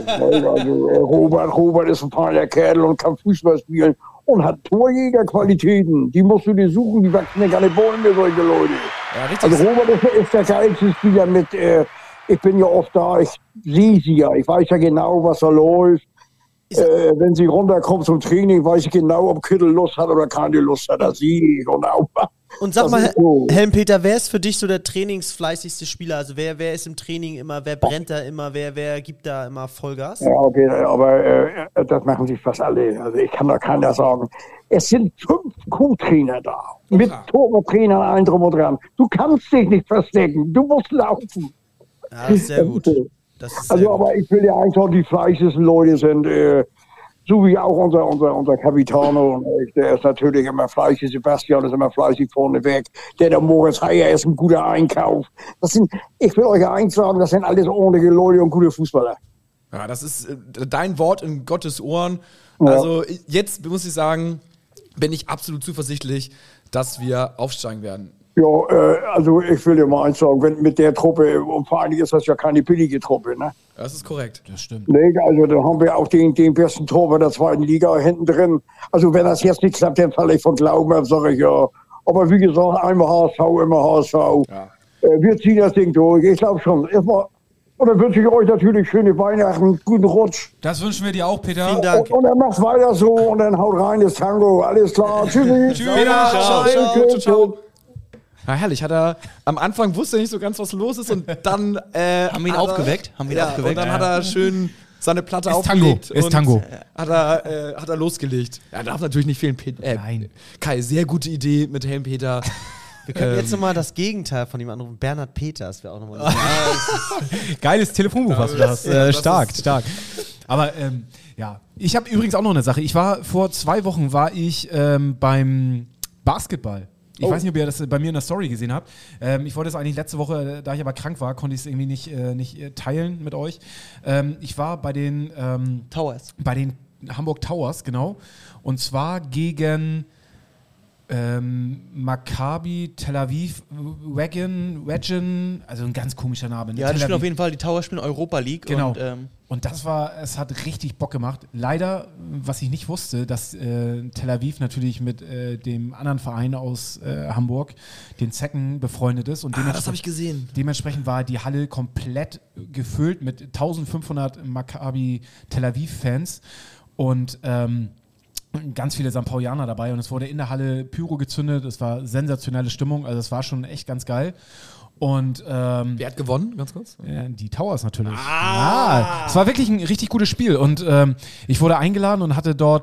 Robert ist ein feiner Kerl und kann Fußball spielen und hat Torjägerqualitäten. Die musst du dir suchen, die wachsen nicht an den Bäumen, solche Leute. Ja, richtig. Also Robert ist der geilste Spieler mit, ich bin ja oft da, ich sehe sie ja, ich weiß ja genau, was da läuft. Wenn sie runterkommt zum Training, weiß ich genau, ob Kittel Lust hat oder keine Lust hat, das sehe ich. Und sag das mal, ist so. Helm-Peter, wer ist für dich so der trainingsfleißigste Spieler? Also wer ist im Training immer, wer brennt da immer, wer gibt da immer Vollgas? Ja, okay, aber das machen sich fast alle. Also ich kann da keiner sagen. Es sind 5 Co-Trainer da. Mit Torwarttrainern, allen drum und dran. Du kannst dich nicht verstecken. Du musst laufen. Ja, das ist sehr gut. Das ist sehr Also, gut. aber ich will ja eigentlich auch die fleißigsten Leute sind, so wie auch unser Capitano. Der ist natürlich immer fleißig. Sebastian ist immer fleißig vorneweg. Der Moritz Heyer ist ein guter Einkauf. Ich will euch ja eigentlich sagen, das sind alles ordentliche Leute und gute Fußballer. Ja, das ist dein Wort in Gottes Ohren. Also jetzt muss ich sagen, bin ich absolut zuversichtlich, dass wir aufsteigen werden. Ja, also ich will dir mal eins sagen, wenn mit der Truppe, und vor allem ist das ja keine billige Truppe, ne? Das ist korrekt. Das stimmt. Nee, also da haben wir auch den besten Torwart der zweiten Liga hinten drin. Also wenn das jetzt nicht klappt, dann falle ich von Glauben ab, sage ich ja. Aber wie gesagt, einmal HSV, immer HSV. Ja. Wir ziehen das Ding durch, ich glaube schon. Erstmal, und dann wünsche ich euch natürlich schöne Weihnachten, guten Rutsch. Das wünschen wir dir auch, Peter. Vielen Dank. Und dann macht's weiter so und dann haut rein das Tango. Alles klar, tschüssi. Tschüss. Ciao. Ja, herrlich. Am Anfang wusste er nicht so ganz, was los ist und dann Haben wir ihn aufgeweckt? Und dann hat er schön seine Platte Ist aufgelegt. Tango. Ist und Tango. Hat er losgelegt. Ja, darf natürlich nicht fehlen. Nein. Kai, sehr gute Idee mit Helmpeter. Wir können jetzt nochmal das Gegenteil von ihm anrufen. Bernhard Peters wäre auch nochmal. Geiles Telefonbuch, was du da hast. Stark. Aber ja, ich habe übrigens auch noch eine Sache. Vor 2 Wochen war ich beim Basketball. Ich weiß nicht, ob ihr das bei mir in der Story gesehen habt. Ich wollte es eigentlich letzte Woche, da ich aber krank war, konnte ich es irgendwie nicht teilen mit euch. Ich war bei den Towers. Bei den Hamburg Towers, genau. Und zwar gegen Maccabi Tel Aviv Wagon, also ein ganz komischer Name. Ne? Ja, das spielen auf jeden Fall, die Towers spielen Europa League. Genau. Und, Und es hat richtig Bock gemacht. Leider, was ich nicht wusste, dass Tel Aviv natürlich mit dem anderen Verein aus Hamburg, den Zecken, befreundet ist. Und das habe ich gesehen. Dementsprechend war die Halle komplett gefüllt mit 1500 Maccabi Tel Aviv-Fans und ganz viele St. Paulianer dabei. Und es wurde in der Halle Pyro gezündet. Es war sensationelle Stimmung. Also es war schon echt ganz geil. Und wer hat gewonnen, ganz kurz? die Towers natürlich. Es war wirklich ein richtig gutes Spiel und ich wurde eingeladen und hatte dort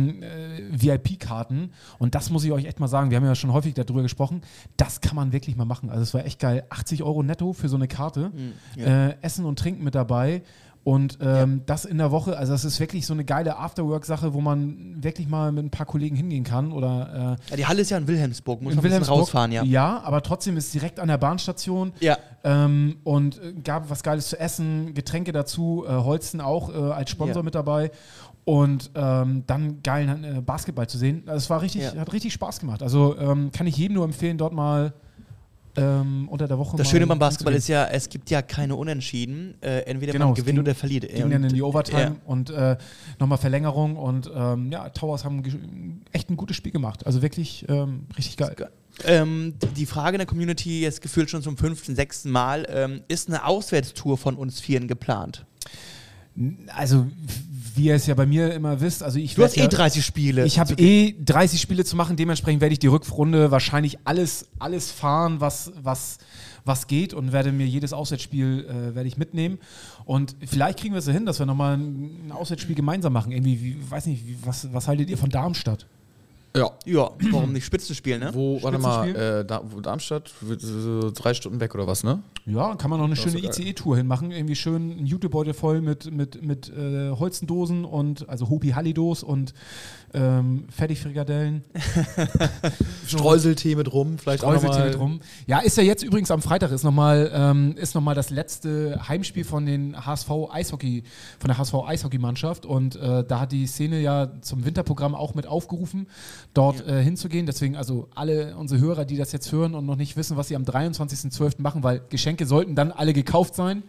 VIP-Karten und das muss ich euch echt mal sagen, wir haben ja schon häufig darüber gesprochen, das kann man wirklich mal machen. Also es war echt geil, 80 € netto für so eine Karte, Essen und Trinken mit dabei. Und das in der Woche, also das ist wirklich so eine geile Afterwork-Sache, wo man wirklich mal mit ein paar Kollegen hingehen kann. Oder, ja, die Halle ist ja in Wilhelmsburg, muss man ein bisschen rausfahren, ja. Ja, aber trotzdem ist es direkt an der Bahnstation. Ja. Und gab was Geiles zu essen, Getränke dazu, Holsten auch als Sponsor mit dabei. Und dann geilen Basketball zu sehen. Das war hat richtig Spaß gemacht. Also kann ich jedem nur empfehlen, dort mal unter der Woche. Das Schöne beim Basketball ist ja, es gibt ja keine Unentschieden. Entweder man gewinnt oder verliert. Ging dann in die Overtime und nochmal Verlängerung und Towers haben echt ein gutes Spiel gemacht. Also wirklich richtig geil. Die Frage in der Community, jetzt gefühlt schon zum 5., 6. Mal, ist eine Auswärtstour von uns Vieren geplant? Also, wie ihr es ja bei mir immer wisst, also du hast 30 Spiele. Ich habe 30 Spiele zu machen, dementsprechend werde ich die Rückrunde wahrscheinlich alles fahren, was geht und werde mir jedes Auswärtsspiel werde ich mitnehmen. Und vielleicht kriegen wir es so hin, dass wir nochmal ein Auswärtsspiel gemeinsam machen. Irgendwie, weiß nicht, was haltet ihr von Darmstadt? Ja, warum nicht Spitzenspiel, ne? Warte mal, Darmstadt, so 3 Stunden weg oder was, ne? Ja, kann man noch eine schöne ICE-Tour hinmachen. Irgendwie schön ein Jutebeutel voll mit Holzendosen und also Hopi Hallidos und Fertigfrikadellen. Streuseltee mit rum, vielleicht auch Streuseltee mit rum. Ja, ist ja jetzt übrigens am Freitag ist nochmal das letzte Heimspiel von der HSV Eishockeymannschaft und da hat die Szene ja zum Winterprogramm auch mit aufgerufen, dort hinzugehen. Deswegen also alle unsere Hörer, die das jetzt hören und noch nicht wissen, was sie am 23.12. machen, weil Geschenke sollten dann alle gekauft sein.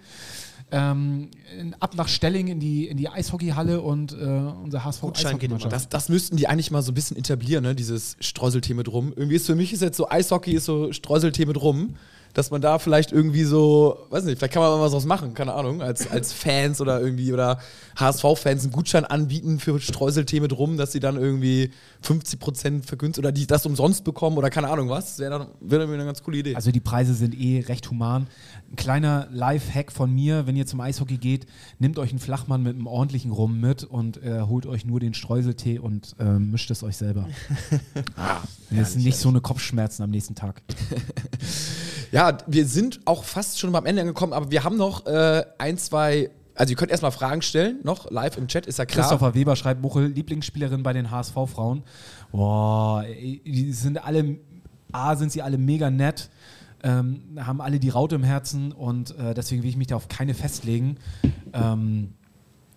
Ab nach Stelling in die Eishockeyhalle und unser HSV Eishockeymannschaft. Das müssten die eigentlich mal so ein bisschen etablieren, ne? Dieses Streuseltee mit rum. Irgendwie ist für mich jetzt so Eishockey ist so Streuseltee mit rum. Dass man da vielleicht irgendwie so, weiß nicht, vielleicht kann man mal was draus machen, keine Ahnung, als Fans oder irgendwie, oder HSV-Fans einen Gutschein anbieten für Streuseltee mit rum, dass sie dann irgendwie 50% vergünstigt oder die das umsonst bekommen oder keine Ahnung was. Wäre eine ganz coole Idee. Also die Preise sind recht human. Ein kleiner Live-Hack von mir, wenn ihr zum Eishockey geht, nehmt euch einen Flachmann mit einem ordentlichen Rum mit und holt euch nur den Streuseltee und mischt es euch selber. Das sind nicht so eine Kopfschmerzen am nächsten Tag. Ja, wir sind auch fast schon beim Ende angekommen, aber wir haben noch 1, 2, also ihr könnt erstmal Fragen stellen, noch live im Chat, ist ja klar. Christopher Weber schreibt, Muchel, Lieblingsspielerin bei den HSV-Frauen. Boah, die sind sie alle mega nett, haben alle die Raute im Herzen und deswegen will ich mich da auf keine festlegen.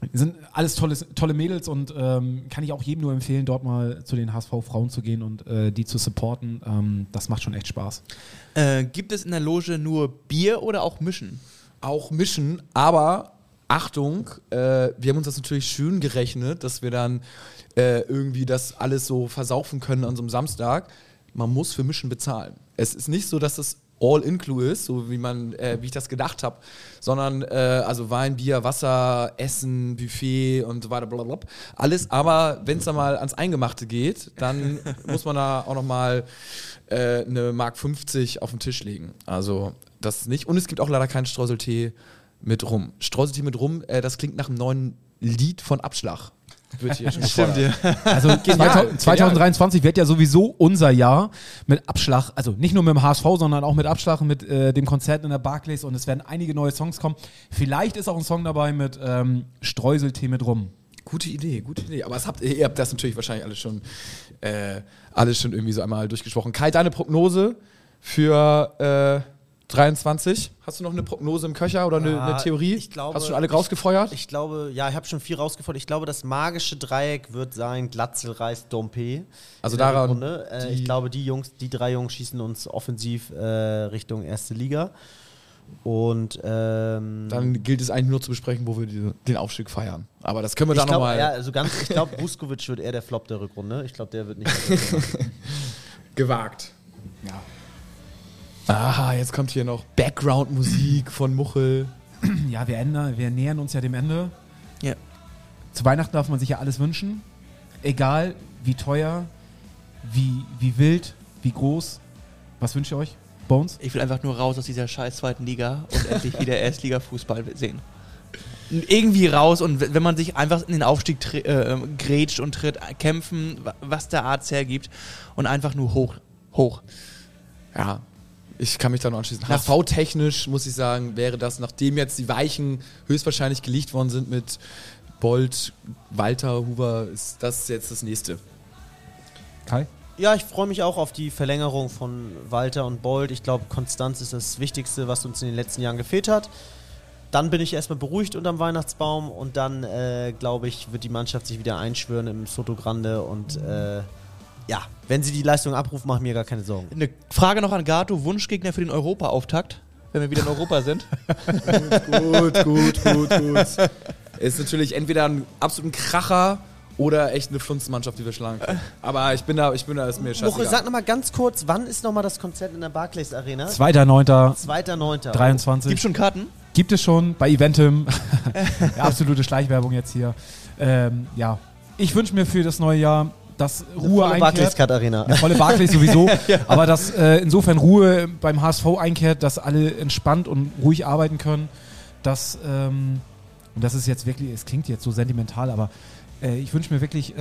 Sind alles tolle Mädels und kann ich auch jedem nur empfehlen, dort mal zu den HSV-Frauen zu gehen und die zu supporten. Das macht schon echt Spaß. Gibt es in der Loge nur Bier oder auch Mischen? Auch mischen, aber Achtung, wir haben uns das natürlich schön gerechnet, dass wir dann irgendwie das alles so versaufen können an so einem Samstag. Man muss für Mischen bezahlen. Es ist nicht so, dass das All-Inclu ist, so wie ich das gedacht habe, sondern also Wein, Bier, Wasser, Essen, Buffet und so weiter, blablabla. Alles, aber wenn es dann mal ans Eingemachte geht, dann muss man da auch nochmal eine Mark 50 auf den Tisch legen. Also das nicht. Und es gibt auch leider keinen Streuseltee mit Rum. Streuseltee mit Rum, das klingt nach einem neuen Lied von Abschlag. Wird hier schon Stimmt, ja. Also 2023 wird ja sowieso unser Jahr mit Abschlag, also nicht nur mit dem HSV, sondern auch mit Abschlag, mit dem Konzert in der Barclays und es werden einige neue Songs kommen. Vielleicht ist auch ein Song dabei mit Streuseltee mit Rum. Gute Idee. Aber ihr habt das natürlich wahrscheinlich alles schon irgendwie so einmal durchgesprochen. Kai, deine Prognose für 23? Hast du noch eine Prognose im Köcher oder eine Theorie? Ich glaube, hast du schon alle rausgefeuert? Ich glaube, ja, ich habe schon viel rausgefeuert. Ich glaube, das magische Dreieck wird sein Glatzel, Reis, Dompe. Also daran. Ich glaube, die 3 Jungs schießen uns offensiv Richtung erste Liga. Und dann gilt es eigentlich nur zu besprechen, wo wir den Aufstieg feiern. Aber das können wir dann nochmal. Ja, also ich glaube, Vuskovic wird eher der Flop der Rückrunde. Ich glaube, der wird nicht. Gewagt. Ja. Aha, jetzt kommt hier noch Background-Musik von Muchel. Ja, wir nähern uns ja dem Ende. Ja. Zu Weihnachten darf man sich ja alles wünschen. Egal, wie teuer, wie wild, wie groß. Was wünscht ihr euch, Bones? Ich will einfach nur raus aus dieser scheiß zweiten Liga und endlich wieder Erstliga-Fußball sehen. Irgendwie raus und wenn man sich einfach in den Aufstieg grätscht und tritt, kämpfen, was der Arzt hergibt und einfach nur hoch. Ja. Ich kann mich da noch anschließen. HSV-technisch muss ich sagen, wäre das, nachdem jetzt die Weichen höchstwahrscheinlich gelegt worden sind mit Bolt, Walter, Huber, ist das jetzt das nächste. Kai? Ja, ich freue mich auch auf die Verlängerung von Walter und Bolt. Ich glaube, Konstanz ist das Wichtigste, was uns in den letzten Jahren gefehlt hat. Dann bin ich erstmal beruhigt unterm Weihnachtsbaum und dann, glaube ich, wird die Mannschaft sich wieder einschwören im Soto Grande und ja, wenn sie die Leistung abrufen, mache ich mir gar keine Sorgen. Eine Frage noch an Gato, Wunschgegner für den Europa-Auftakt, wenn wir wieder in Europa sind. Gut. Ist natürlich entweder ein absoluter Kracher oder echt eine Flunzenmannschaft, die wir schlagen können. Aber ich bin da, ist mir scheißegal. Muchel, sag nochmal ganz kurz, wann ist nochmal das Konzert in der Barclays Arena? 2.9. 23. Gibt schon Karten? Gibt es schon bei Eventim. Ja, absolute Schleichwerbung jetzt hier. Ja, ich wünsche mir für das neue Jahr, dass Ruhe einkehrt. Barclays Card Arena. Eine volle Barclays sowieso. Ja. Aber dass insofern Ruhe beim HSV einkehrt, dass alle entspannt und ruhig arbeiten können. Dass, und das ist jetzt wirklich, es klingt jetzt so sentimental, aber ich wünsche mir wirklich,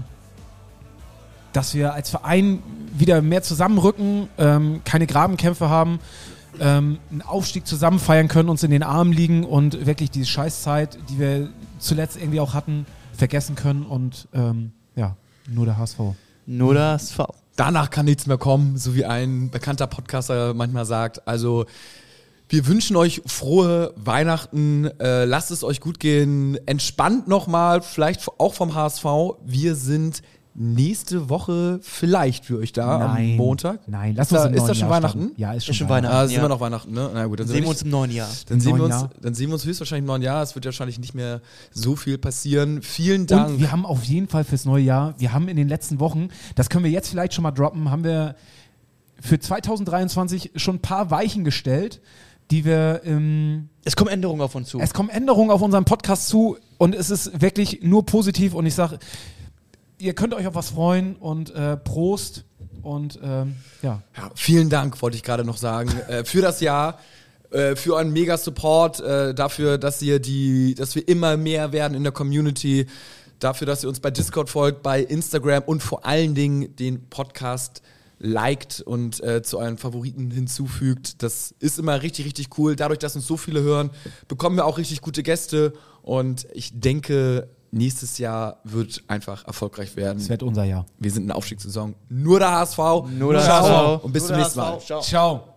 dass wir als Verein wieder mehr zusammenrücken, keine Grabenkämpfe haben, einen Aufstieg zusammen feiern können, uns in den Armen liegen und wirklich diese Scheißzeit, die wir zuletzt irgendwie auch hatten, vergessen können und ja. Nur der HSV. Nur der HSV. Danach kann nichts mehr kommen, so wie ein bekannter Podcaster manchmal sagt. Also wir wünschen euch frohe Weihnachten, lasst es euch gut gehen, entspannt nochmal, vielleicht auch vom HSV. Wir sind nächste Woche vielleicht für euch da am Montag. Nein, lass uns ist das schon Weihnachten? Starten. Ja, ist schon Weihnachten. Sind wir noch Weihnachten, ne? Na gut, dann sehen wir uns im neuen Jahr. Dann sehen wir uns höchstwahrscheinlich im neuen Jahr. Es wird wahrscheinlich nicht mehr so viel passieren. Vielen Dank. Und wir haben auf jeden Fall fürs neue Jahr, wir haben in den letzten Wochen, das können wir jetzt vielleicht schon mal droppen, haben wir für 2023 schon ein paar Weichen gestellt, die wir es kommen Änderungen auf uns zu. Es kommen Änderungen auf unseren Podcast zu und es ist wirklich nur positiv und ich sage, ihr könnt euch auf was freuen und Prost und ja. Vielen Dank, wollte ich gerade noch sagen, für das Jahr, für einen mega Support, dafür, dass wir immer mehr werden in der Community, dafür, dass ihr uns bei Discord folgt, bei Instagram und vor allen Dingen den Podcast liked und zu euren Favoriten hinzufügt. Das ist immer richtig, richtig cool. Dadurch, dass uns so viele hören, bekommen wir auch richtig gute Gäste und ich denke, nächstes Jahr wird einfach erfolgreich werden. Es wird unser Jahr. Wir sind in der Aufstiegssaison. Nur der HSV. Nur der HSV. Und bis zum nächsten Mal. Ciao.